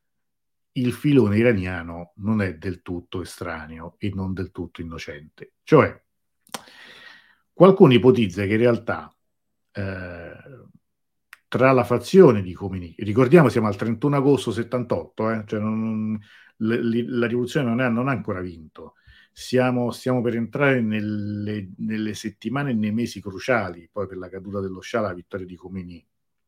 [SPEAKER 1] il filone iraniano non è del tutto estraneo e non del tutto innocente. Cioè, qualcuno ipotizza che in realtà eh, tra la fazione di Khomeini, ricordiamo siamo al trentuno agosto settantotto, eh, cioè non, la, la rivoluzione non, è, non ha ancora vinto, siamo, stiamo per entrare nelle, nelle settimane e nei mesi cruciali, poi per la caduta dello Shah, la vittoria di Khomeini,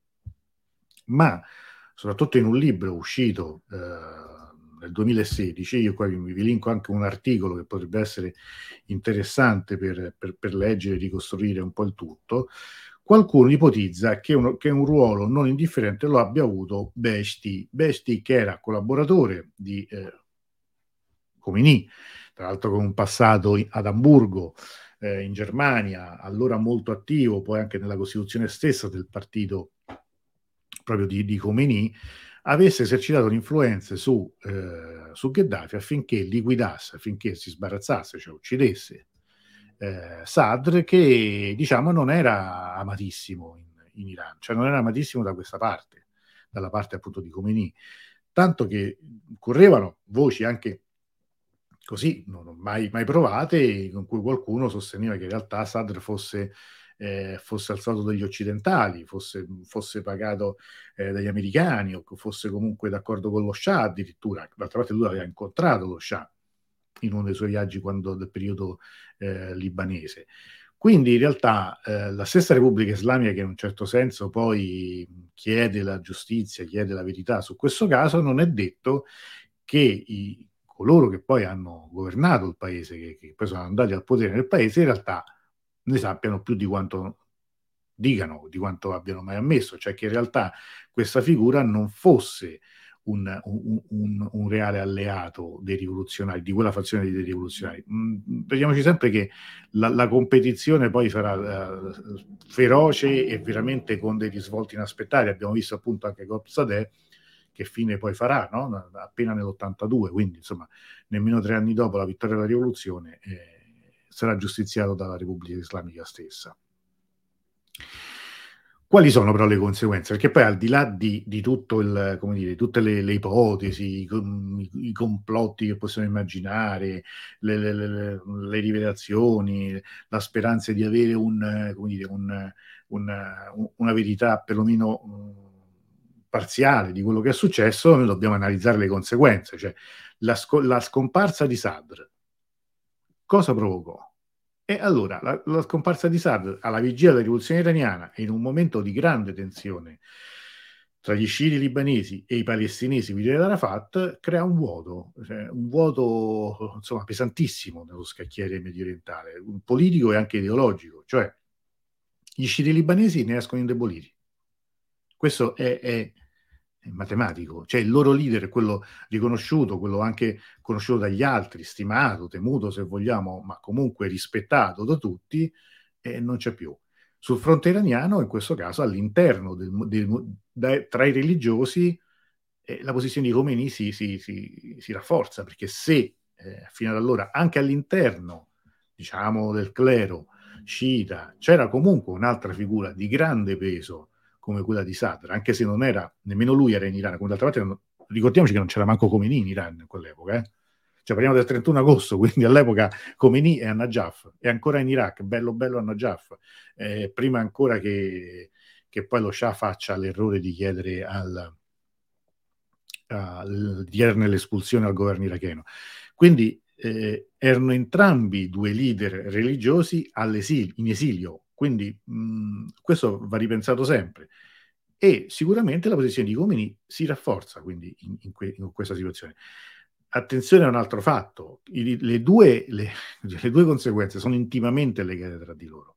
[SPEAKER 1] ma soprattutto in un libro uscito eh, nel duemilasedici, io qua vi, vi linko anche un articolo che potrebbe essere interessante per, per, per leggere e ricostruire un po' il tutto. Qualcuno ipotizza che, uno, che un ruolo non indifferente lo abbia avuto Beheshti, Beheshti che era collaboratore di eh, Khomeini, tra l'altro con un passato ad Amburgo, eh, in Germania, allora molto attivo, poi anche nella costituzione stessa del partito proprio di, di Khomeini, avesse esercitato l'influenza su, eh, su Gheddafi affinché liquidasse, affinché si sbarazzasse, cioè uccidesse eh, Sadr, che diciamo non era amatissimo in, in Iran, cioè non era amatissimo da questa parte, dalla parte appunto di Khomeini, tanto che correvano voci anche così, non mai, mai provate, con cui qualcuno sosteneva che in realtà Sadr fosse eh, fosse alzato dagli occidentali, fosse, fosse pagato eh, dagli americani, o fosse comunque d'accordo con lo Shah addirittura. D'altra parte lui aveva incontrato lo Shah in uno dei suoi viaggi quando, del periodo eh, libanese. Quindi in realtà eh, la stessa Repubblica Islamica, che in un certo senso poi chiede la giustizia, chiede la verità su questo caso, non è detto che i, coloro che poi hanno governato il paese, che, che poi sono andati al potere nel paese, in realtà ne sappiano più di quanto dicano, di quanto abbiano mai ammesso, cioè che in realtà questa figura non fosse un, un, un, un reale alleato dei rivoluzionari, di quella fazione dei rivoluzionari. Mm, vediamoci sempre che la, la competizione poi sarà uh, feroce e veramente con dei risvolti inaspettati. Abbiamo visto appunto anche Gobsadeh che fine poi farà, no? Appena nell'ottantadue, quindi insomma nemmeno tre anni dopo la vittoria della rivoluzione eh, sarà giustiziato dalla Repubblica Islamica stessa. Quali sono però le conseguenze? Perché poi al di là di, di tutto il, come dire, tutte le, le ipotesi, i, i complotti che possiamo immaginare, le, le, le, le rivelazioni, la speranza di avere un, come dire, un, una, una verità perlomeno um, parziale di quello che è successo, noi dobbiamo analizzare le conseguenze. Cioè, la, sco- la scomparsa di Sadr cosa provocò? E allora, la, la scomparsa di Sadr alla vigilia della rivoluzione iraniana e in un momento di grande tensione tra gli sciiti libanesi e i palestinesi guidati da Arafat crea un vuoto, cioè un vuoto insomma pesantissimo nello scacchiere medio orientale, un politico e anche ideologico, cioè gli sciiti libanesi ne escono indeboliti. Questo è, è matematico, cioè il loro leader è quello riconosciuto, quello anche conosciuto dagli altri, stimato, temuto se vogliamo, ma comunque rispettato da tutti, e non c'è più. Sul fronte iraniano, in questo caso, all'interno del, del, da, tra i religiosi, eh, la posizione di Khomeini si, si, si, si rafforza, perché se eh, fino ad allora anche all'interno, diciamo, del clero sciita c'era comunque un'altra figura di grande peso come quella di Sadr, anche se non era, nemmeno lui era in Iran, come d'altra parte, ricordiamoci che non c'era manco Khomeini in Iran in quell'epoca, eh? Cioè parliamo del trentuno agosto, quindi all'epoca Khomeini è a Najaf, è ancora in Iraq, bello bello a Najaf, eh, prima ancora che, che poi lo Shah faccia l'errore di chiedere al, al, di chiederne l'espulsione al governo iracheno. Quindi eh, erano entrambi due leader religiosi in esilio, quindi mh, questo va ripensato sempre. E sicuramente la posizione di Khomeini si rafforza quindi in, in, que, in questa situazione. Attenzione a un altro fatto, I, le, due, le, le due conseguenze sono intimamente legate tra di loro.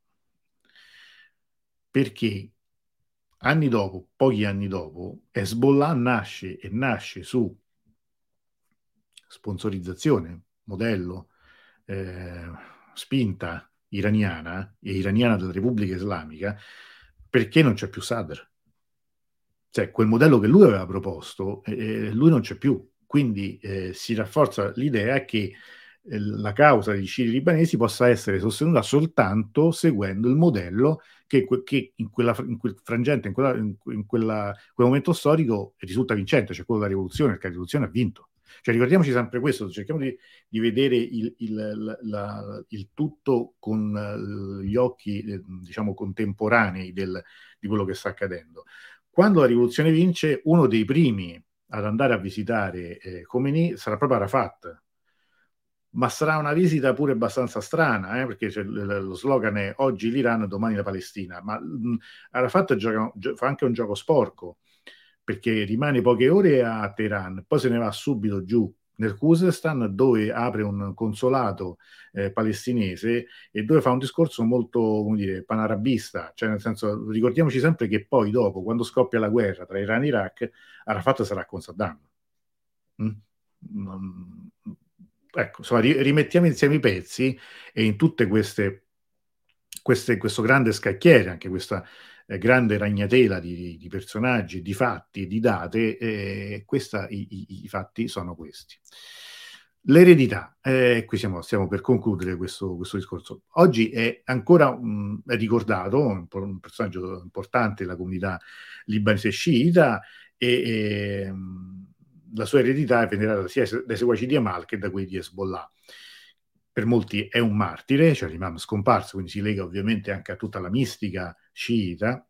[SPEAKER 1] Perché anni dopo, pochi anni dopo, Hezbollah nasce e nasce su sponsorizzazione, modello, eh, spinta iraniana e iraniana della Repubblica Islamica, perché non c'è più Sadr. Cioè, quel modello che lui aveva proposto, eh, lui non c'è più. Quindi eh, si rafforza l'idea che eh, la causa degli sciiti libanesi possa essere sostenuta soltanto seguendo il modello che, che in, quella, in quel frangente, in, quella, in quella, quel momento storico risulta vincente, cioè quello della rivoluzione, perché la rivoluzione ha vinto. Cioè ricordiamoci sempre questo, cerchiamo di, di vedere il, il, la, il tutto con gli occhi, eh, diciamo, contemporanei del, di quello che sta accadendo. Quando la rivoluzione vince, uno dei primi ad andare a visitare eh, Khomeini sarà proprio Arafat, ma sarà una visita pure abbastanza strana, eh, perché lo slogan è oggi l'Iran, domani la Palestina, ma mh, Arafat gioca, gio- fa anche un gioco sporco, perché rimane poche ore a Teheran, poi se ne va subito giù nel Khuzestan, dove apre un consolato eh, palestinese e dove fa un discorso molto, come dire, panarabista, cioè nel senso, ricordiamoci sempre che poi dopo, quando scoppia la guerra tra Iran e Iraq, Arafat sarà con Saddam. Mm? Non- Ecco, insomma, ri- rimettiamo insieme i pezzi e in tutte queste, queste questo grande scacchiere, anche questa eh, grande ragnatela di, di personaggi, di fatti, di date, eh, questa, i, i, i fatti sono questi. L'eredità, eh, qui siamo, stiamo per concludere questo, questo discorso. Oggi è ancora um, è ricordato un, un personaggio importante della comunità libanese sciita e, e la sua eredità è venerata sia dai seguaci di Amal che da quelli di Hezbollah. per molti è un martire, cioè l'imam scomparso, quindi si lega ovviamente anche a tutta la mistica sciita,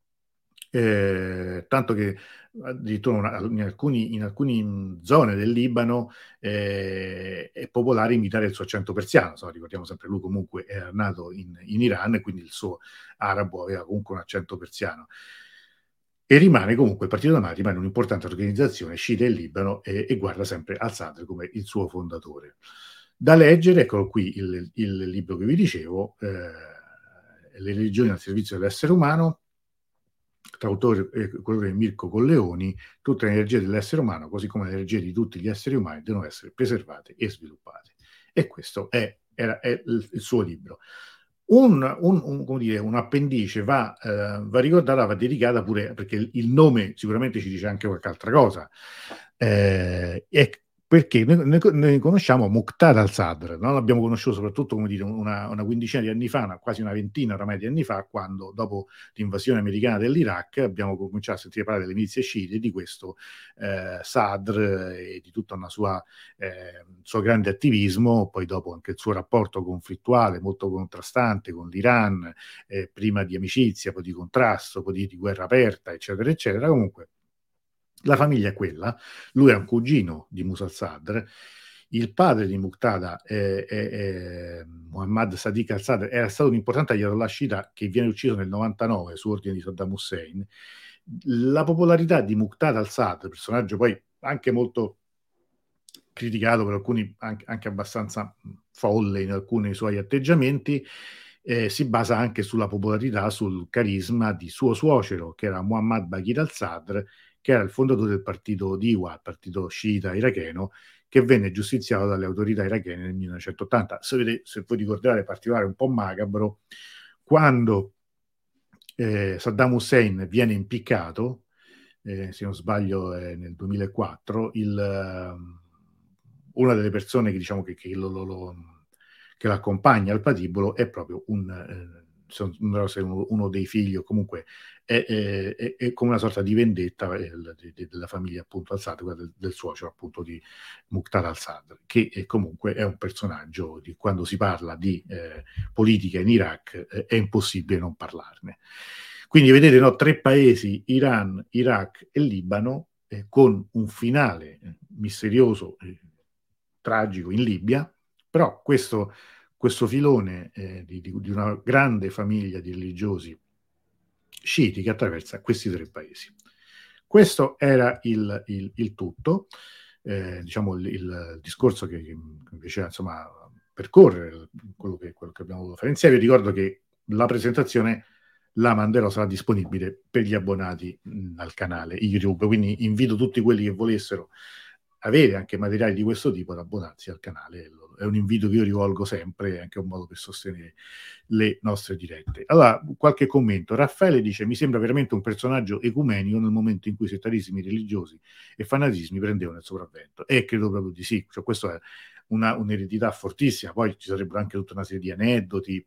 [SPEAKER 1] eh, tanto che addirittura una, in alcuni, in alcune zone del Libano eh, è popolare imitare il suo accento persiano. So, ricordiamo sempre, lui comunque era nato in, in Iran, quindi il suo arabo aveva comunque un accento persiano. E rimane comunque, il Partito Democratico rimane un'importante organizzazione sciita in Libano e, e guarda sempre al Sadr come il suo fondatore. Da leggere, eccolo qui il, il libro che vi dicevo, eh, Le religioni al servizio dell'essere umano, tra autore e quello di Mirko Colleoni. Tutte le energie dell'essere umano, così come le energie di tutti gli esseri umani, devono essere preservate e sviluppate. E questo è, era, è il, il suo libro. Un, un, un, come dire, un appendice va, eh, va ricordata, va dedicata pure, perché il, il nome sicuramente ci dice anche qualche altra cosa, eh, è perché noi, noi conosciamo Muqtada al-Sadr, no? L'abbiamo conosciuto soprattutto, come dire, una, una quindicina di anni fa, una, quasi una ventina oramai di anni fa, quando dopo l'invasione americana dell'Iraq abbiamo cominciato a sentire parlare delle milizie sciite, di questo eh, Sadr e di tutto una sua, eh, suo grande attivismo, poi dopo anche il suo rapporto conflittuale molto contrastante con l'Iran, eh, prima di amicizia, poi di contrasto, poi di, di guerra aperta, eccetera, eccetera. Comunque la famiglia è quella, lui è un cugino di Musa al-Sadr, il padre di Muqtada, eh, eh, Muhammad Sadiq al-Sadr, era stato un importante ayatollah sciita che viene ucciso nel novantanove su ordine di Saddam Hussein. La popolarità di Muqtada al-Sadr, personaggio poi anche molto criticato per alcuni, anche, anche abbastanza folle in alcuni suoi atteggiamenti, eh, si basa anche sulla popolarità, sul carisma di suo suocero, che era Muhammad Baqir al-Sadr, che era il fondatore del partito Diwa, il partito sciita iracheno, che venne giustiziato dalle autorità irachene nel millenovecentottanta. Se, vedete, se voi ricordate, particolare un po' macabro, quando eh, Saddam Hussein viene impiccato, eh, se non sbaglio è nel duemilaquattro, il, uh, una delle persone che, diciamo, che, che, lo, lo, lo, che l'accompagna al patibolo è proprio un... Eh, non so se uno, uno dei figli o comunque è, è, è, è come una sorta di vendetta eh, de, de, della famiglia appunto al-Sadr, del, del suocero appunto di Muqtada al-Sadr, che è, comunque è un personaggio di quando si parla di eh, politica in Iraq eh, è impossibile non parlarne. Quindi vedete, no, tre paesi, Iran, Iraq e Libano, eh, con un finale eh, misterioso, eh, tragico in Libia, però questo questo filone eh, di, di, di una grande famiglia di religiosi sciiti che attraversa questi tre paesi. Questo era il, il, il tutto, eh, diciamo il, il discorso che, che invece insomma percorrere quello che, quello che abbiamo voluto fare insieme. Io ricordo che la presentazione la manderò, sarà disponibile per gli abbonati mh, al canale YouTube, quindi invito tutti quelli che volessero avere anche materiali di questo tipo ad abbonarsi al canale. È un invito che io rivolgo sempre, è anche un modo per sostenere le nostre dirette. Allora, qualche commento. Raffaele dice: mi sembra veramente un personaggio ecumenico nel momento in cui settarismi religiosi e fanatismi prendevano il sopravvento. E credo proprio di sì. Cioè, questa è una, un'eredità fortissima. Poi ci sarebbero anche tutta una serie di aneddoti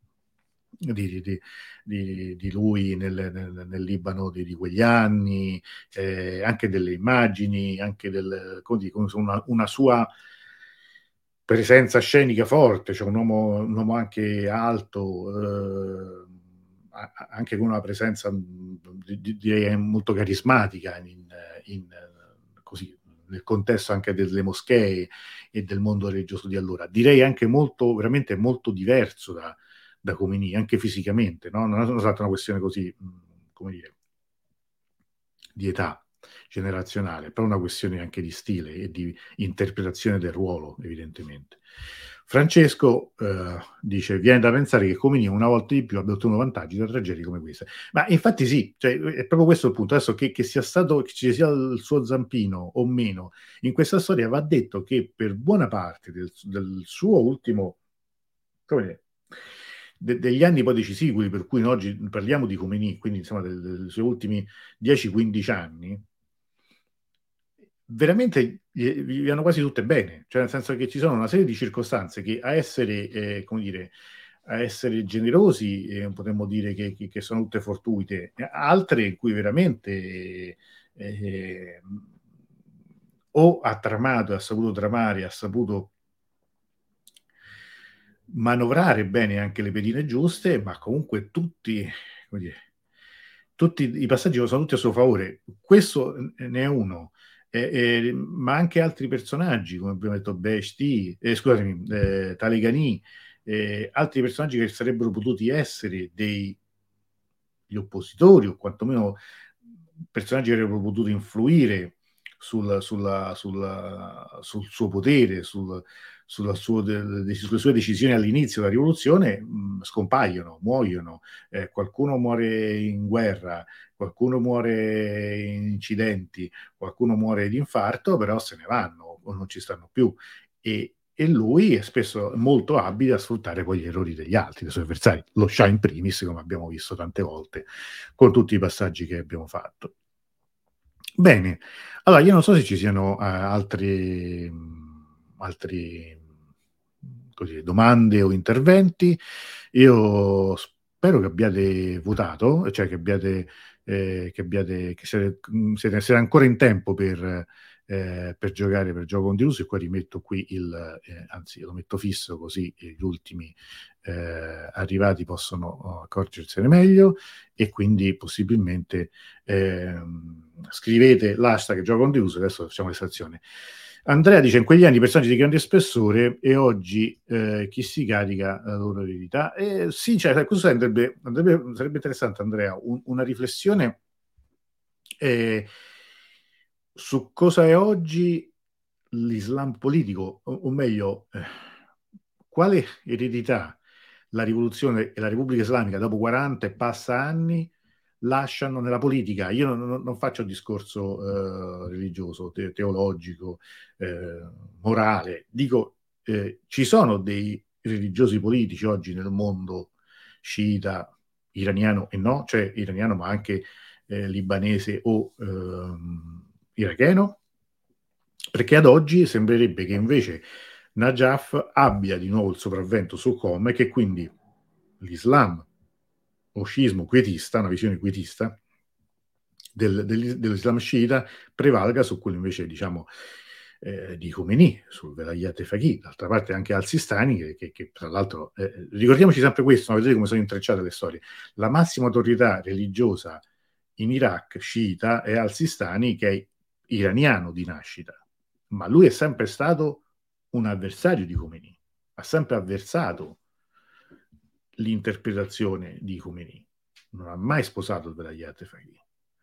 [SPEAKER 1] Di, di, di, di lui nel, nel, nel Libano di, di quegli anni, eh, anche delle immagini, anche del, come dico, una, una sua presenza scenica forte, cioè un uomo, un uomo anche alto, eh, anche con una presenza direi molto carismatica in, in, così, nel contesto anche delle moschee e del mondo religioso di allora. Direi anche molto, veramente molto diverso da da Khomeini, anche fisicamente, no? Non è stata una questione così, come dire, di età generazionale, però una questione anche di stile e di interpretazione del ruolo, evidentemente. Francesco eh, dice: viene da pensare che Khomeini una volta di più abbia ottenuto vantaggi da tragedie come queste. Ma infatti sì, cioè, è proprio questo il punto. Adesso che, che sia stato, che ci sia il suo zampino o meno in questa storia, va detto che per buona parte del, del suo ultimo, come dire, de, degli anni poi decisivi, per cui oggi parliamo di Khomeini, quindi insomma dei, dei suoi ultimi dieci quindici anni, veramente vivono quasi tutte bene, cioè nel senso che ci sono una serie di circostanze che a essere, eh, come dire, a essere generosi eh, potremmo dire che, che, che sono tutte fortuite, altre in cui veramente eh, o ha tramato, ha saputo tramare, ha saputo manovrare bene anche le pedine giuste, ma comunque tutti, come dire, tutti i passaggi sono tutti a suo favore. Questo ne è uno, eh, eh, ma anche altri personaggi, come abbiamo detto Beheshti, eh, scusatemi, eh, Taleghani, eh, altri personaggi che sarebbero potuti essere dei gli oppositori o quantomeno personaggi che avrebbero potuto influire sul, sulla, sulla, sul suo potere, sul, sulla suo, de, de, sulle sue decisioni all'inizio della rivoluzione, mh, scompaiono, muoiono, eh, qualcuno muore in guerra, qualcuno muore in incidenti, qualcuno muore di infarto, però se ne vanno o non ci stanno più. E, e lui è spesso molto abile a sfruttare poi gli errori degli altri, dei suoi avversari, lo Shah in primis, come abbiamo visto tante volte con tutti i passaggi che abbiamo fatto. Bene, allora io non so se ci siano uh, altri, altri così, domande o interventi. Io spero che abbiate votato, cioè che abbiate, eh, che, abbiate che siete, siete, siete ancora in tempo per, eh, per giocare per gioco condiviso, e qua rimetto qui il, eh, anzi lo metto fisso così gli ultimi eh, arrivati possono accorgersene meglio, e quindi possibilmente ehm, scrivete l'hashtag gioco condiviso. Adesso facciamo l'estrazione. Andrea dice: in quegli anni personaggi di grande spessore, e oggi eh, chi si carica la loro eredità? Eh, sì, cioè, questo sarebbe, andrebbe, sarebbe interessante, Andrea, un, una riflessione eh, su cosa è oggi l'Islam politico, o, o meglio, eh, quale eredità la rivoluzione e la Repubblica Islamica dopo quaranta e passa anni lasciano nella politica. Io non, non, non faccio discorso eh, religioso, te, teologico, eh, morale. Dico, eh, ci sono dei religiosi politici oggi nel mondo sciita, iraniano e no, cioè iraniano ma anche eh, libanese o ehm, iracheno, perché ad oggi sembrerebbe che invece Najaf abbia di nuovo il sopravvento su Qom, e che quindi l'Islam o sciismo quietista, una visione quietista del, del, dell'Islam sciita, prevalga su quello invece, diciamo, eh, di Khomeini, sul Velayat Faqih. D'altra parte anche Al-Sistani, che, che, che tra l'altro, eh, ricordiamoci sempre questo, ma vedete come sono intrecciate le storie. La massima autorità religiosa in Iraq, sciita, è Al-Sistani, che è iraniano di nascita, ma lui è sempre stato un avversario di Khomeini, ha sempre avversato l'interpretazione di Khomeini, non ha mai sposato il Velayat Faqih.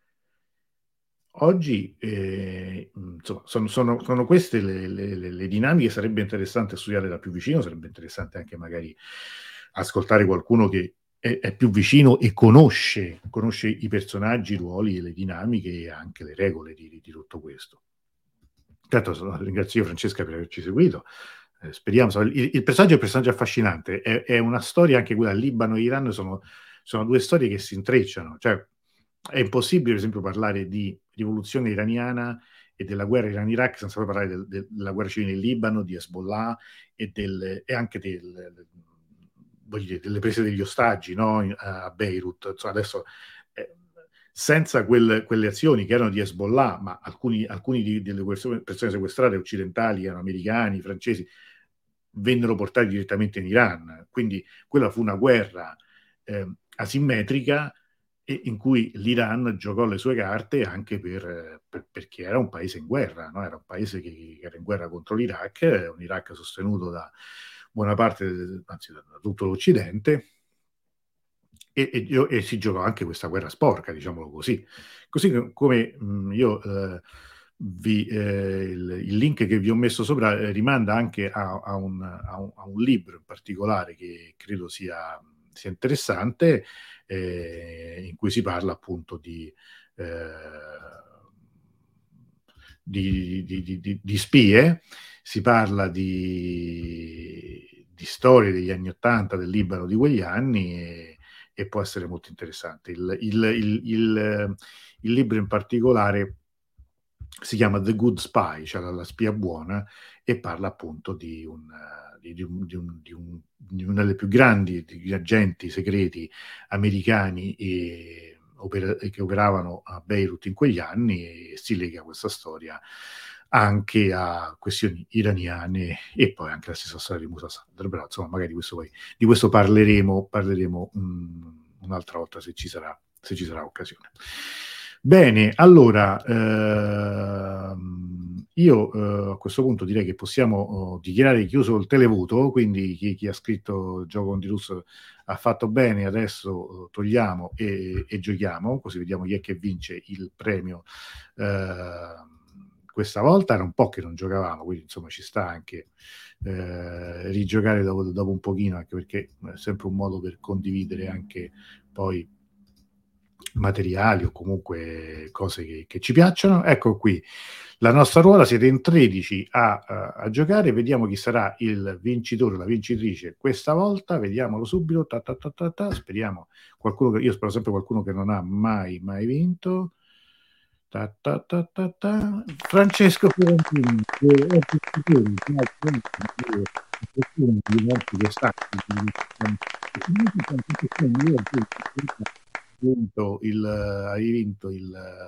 [SPEAKER 1] Oggi eh, insomma, sono, sono, sono queste le, le, le dinamiche. Sarebbe interessante studiare da più vicino, sarebbe interessante anche magari ascoltare qualcuno che è, è più vicino e conosce, conosce i personaggi, i ruoli, le dinamiche e anche le regole di, di tutto questo. Intanto ringrazio Francesca per averci seguito. Eh, speriamo, il, il personaggio è un personaggio affascinante, è, è una storia anche quella. Libano e Iran sono, sono due storie che si intrecciano, cioè è impossibile per esempio parlare di rivoluzione iraniana e della guerra Iran-Iraq senza poi parlare del, del, della guerra civile in Libano, di Hezbollah e, del, e anche del, voglio dire, delle prese degli ostaggi, no? A Beirut. Insomma, adesso eh, senza quel, quelle azioni che erano di Hezbollah, ma alcuni, alcuni di, delle persone sequestrate occidentali erano americani, francesi, vennero portati direttamente in Iran. Quindi quella fu una guerra eh, asimmetrica, e in cui l'Iran giocò le sue carte anche per, per, perché era un paese in guerra, no? Era un paese che, che era in guerra contro l'Iraq, un Iraq sostenuto da buona parte, anzi da, da tutto l'Occidente, e, e, e si giocò anche questa guerra sporca, diciamolo così. Così come mh, io eh, vi, eh, il, il link che vi ho messo sopra eh, rimanda anche a, a, un, a, un, a un libro in particolare che credo sia, sia interessante, eh, in cui si parla appunto di, eh, di, di, di, di spie, si parla di, di storie degli anni Ottanta del Libano di quegli anni, e, e può essere molto interessante. Il, il, il, il, il libro in particolare si chiama The Good Spy, cioè la, la spia buona, e parla appunto di un, di, di, un, di, un, di, un, di una delle più grandi di agenti segreti americani e opera, che operavano a Beirut in quegli anni, e si lega questa storia anche a questioni iraniane e poi anche la stessa storia di Musa Sadr, però insomma magari questo poi, di questo parleremo, parleremo um, un'altra volta se ci sarà, se ci sarà occasione. Bene, allora ehm, io eh, a questo punto direi che possiamo oh, dichiarare chiuso il televoto, quindi chi, chi ha scritto Gioco con Di Russo ha fatto bene, adesso togliamo e, e giochiamo, così vediamo chi è che vince il premio. Eh, questa volta era un po' che non giocavamo, quindi insomma ci sta anche eh, rigiocare dopo, dopo un pochino, anche perché è sempre un modo per condividere anche poi materiali o comunque cose che, che ci piacciono. Ecco qui la nostra ruota, siete in tredici a, a, a giocare, vediamo chi sarà il vincitore o la vincitrice questa volta, vediamolo subito, ta ta ta ta ta. Speriamo qualcuno che, io spero sempre qualcuno che non ha mai mai vinto. Ta ta ta ta ta. Francesco Fiorentini, che è più vinto il, hai vinto il,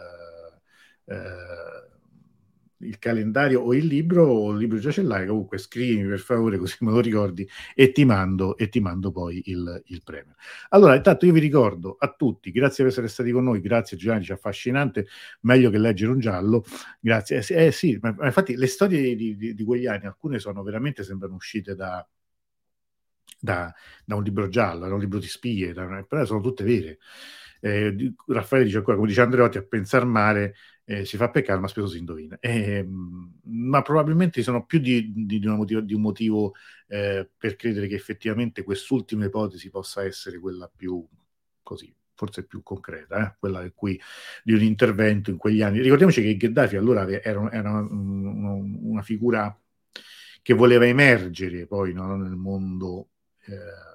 [SPEAKER 1] eh, il calendario o il libro, o il libro già ce l'hai, comunque scrivimi per favore così me lo ricordi e ti mando, e ti mando poi il, il premio. Allora, intanto io vi ricordo a tutti, grazie per essere stati con noi, grazie Giovanni, affascinante, meglio che leggere un giallo, grazie. Eh, eh sì, ma, ma infatti le storie di, di, di quegli anni, alcune sono veramente, sembrano uscite da, da, da un libro giallo, da un libro di spie, da, però sono tutte vere. Eh, Raffaele dice ancora, come dice Andreotti, a pensar male eh, si fa peccare, ma spesso si indovina. Eh, ma probabilmente sono più di, di, di, una motivo, di un motivo eh, per credere che effettivamente quest'ultima ipotesi possa essere quella più così, forse più concreta, eh? Quella in cui di un intervento in quegli anni. Ricordiamoci che Gheddafi allora era, era una, una, una figura che voleva emergere poi, no, nel mondo eh,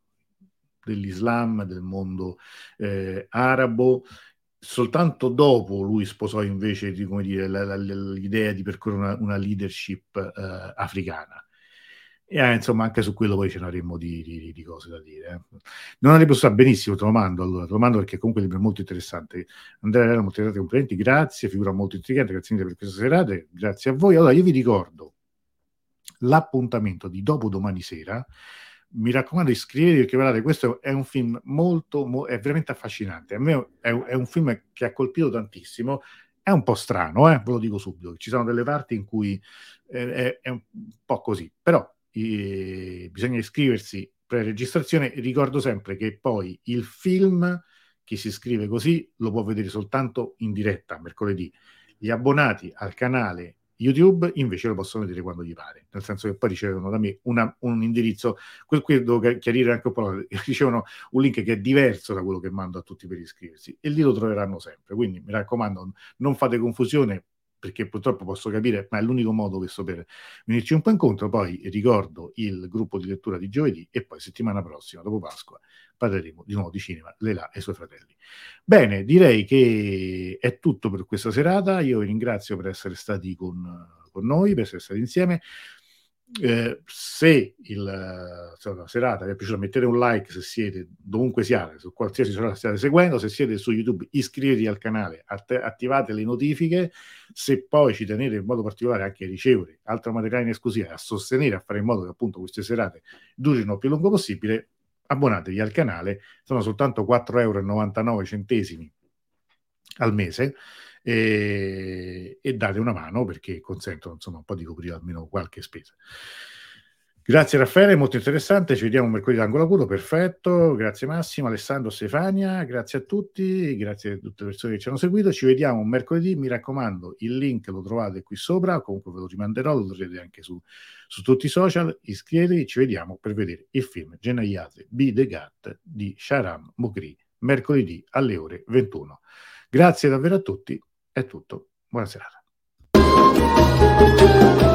[SPEAKER 1] dell'Islam, del mondo eh, arabo. Soltanto dopo lui sposò invece di, come dire, la, la, l'idea di percorrere una, una leadership eh, africana. E eh, insomma, anche su quello poi ce ne avremmo di, di, di cose da dire. Eh. Non avrebbe stato benissimo, te lo mando allora, te lo mando perché comunque il libro è molto interessante. Andrea Lerner, molti complimenti, grazie, figura molto intrigante, grazie mille per questa serata, grazie a voi. Allora io vi ricordo l'appuntamento di dopodomani sera. Mi raccomando, iscrivetevi perché guardate, questo è un film molto, mo, è veramente affascinante. A me è, è un film che ha colpito tantissimo. È un po' strano, eh, ve lo dico subito. Ci sono delle parti in cui eh, è, è un po' così, però eh, bisogna iscriversi pre-registrazione. Ricordo sempre che poi il film, chi si iscrive così, lo può vedere soltanto in diretta mercoledì. Gli abbonati al canale YouTube invece lo possono vedere quando gli pare, nel senso che poi ricevono da me una, un indirizzo, qui, qui devo chiarire anche un po', ricevono un link che è diverso da quello che mando a tutti per iscriversi e lì lo troveranno sempre, quindi mi raccomando non fate confusione perché purtroppo posso capire, ma è l'unico modo questo per venirci un po' incontro. Poi ricordo il gruppo di lettura di giovedì e poi settimana prossima, dopo Pasqua, parleremo di nuovo di cinema, Lelà e i suoi fratelli. Bene, direi che è tutto per questa serata. Io vi ringrazio per essere stati con, con noi, per essere stati insieme. Eh, se il, insomma, la serata vi è piaciuta, mettete un like se siete dovunque siate, su qualsiasi social stiate seguendo. Se siete su YouTube, iscrivetevi al canale, att- attivate le notifiche. Se poi ci tenete in modo particolare anche a ricevere altro materiale in esclusiva, a sostenere, a fare in modo che appunto queste serate durino il più lungo possibile, abbonatevi al canale. Sono soltanto quattro virgola novantanove euro al mese. E, e date una mano perché consentono insomma un po' di coprire almeno qualche spesa. Grazie Raffaele, molto interessante, ci vediamo mercoledì d'angolo acuto, perfetto, grazie Massimo, Alessandro, Stefania, grazie a tutti, grazie a tutte le persone che ci hanno seguito, ci vediamo mercoledì, mi raccomando il link lo trovate qui sopra, comunque ve lo rimanderò, lo troverete anche su, su tutti i social, iscrivetevi, ci vediamo per vedere il film Genayate Be the Gat di Shahram Mukri, mercoledì alle ore ventuno. Grazie davvero a tutti. È tutto. Buona serata.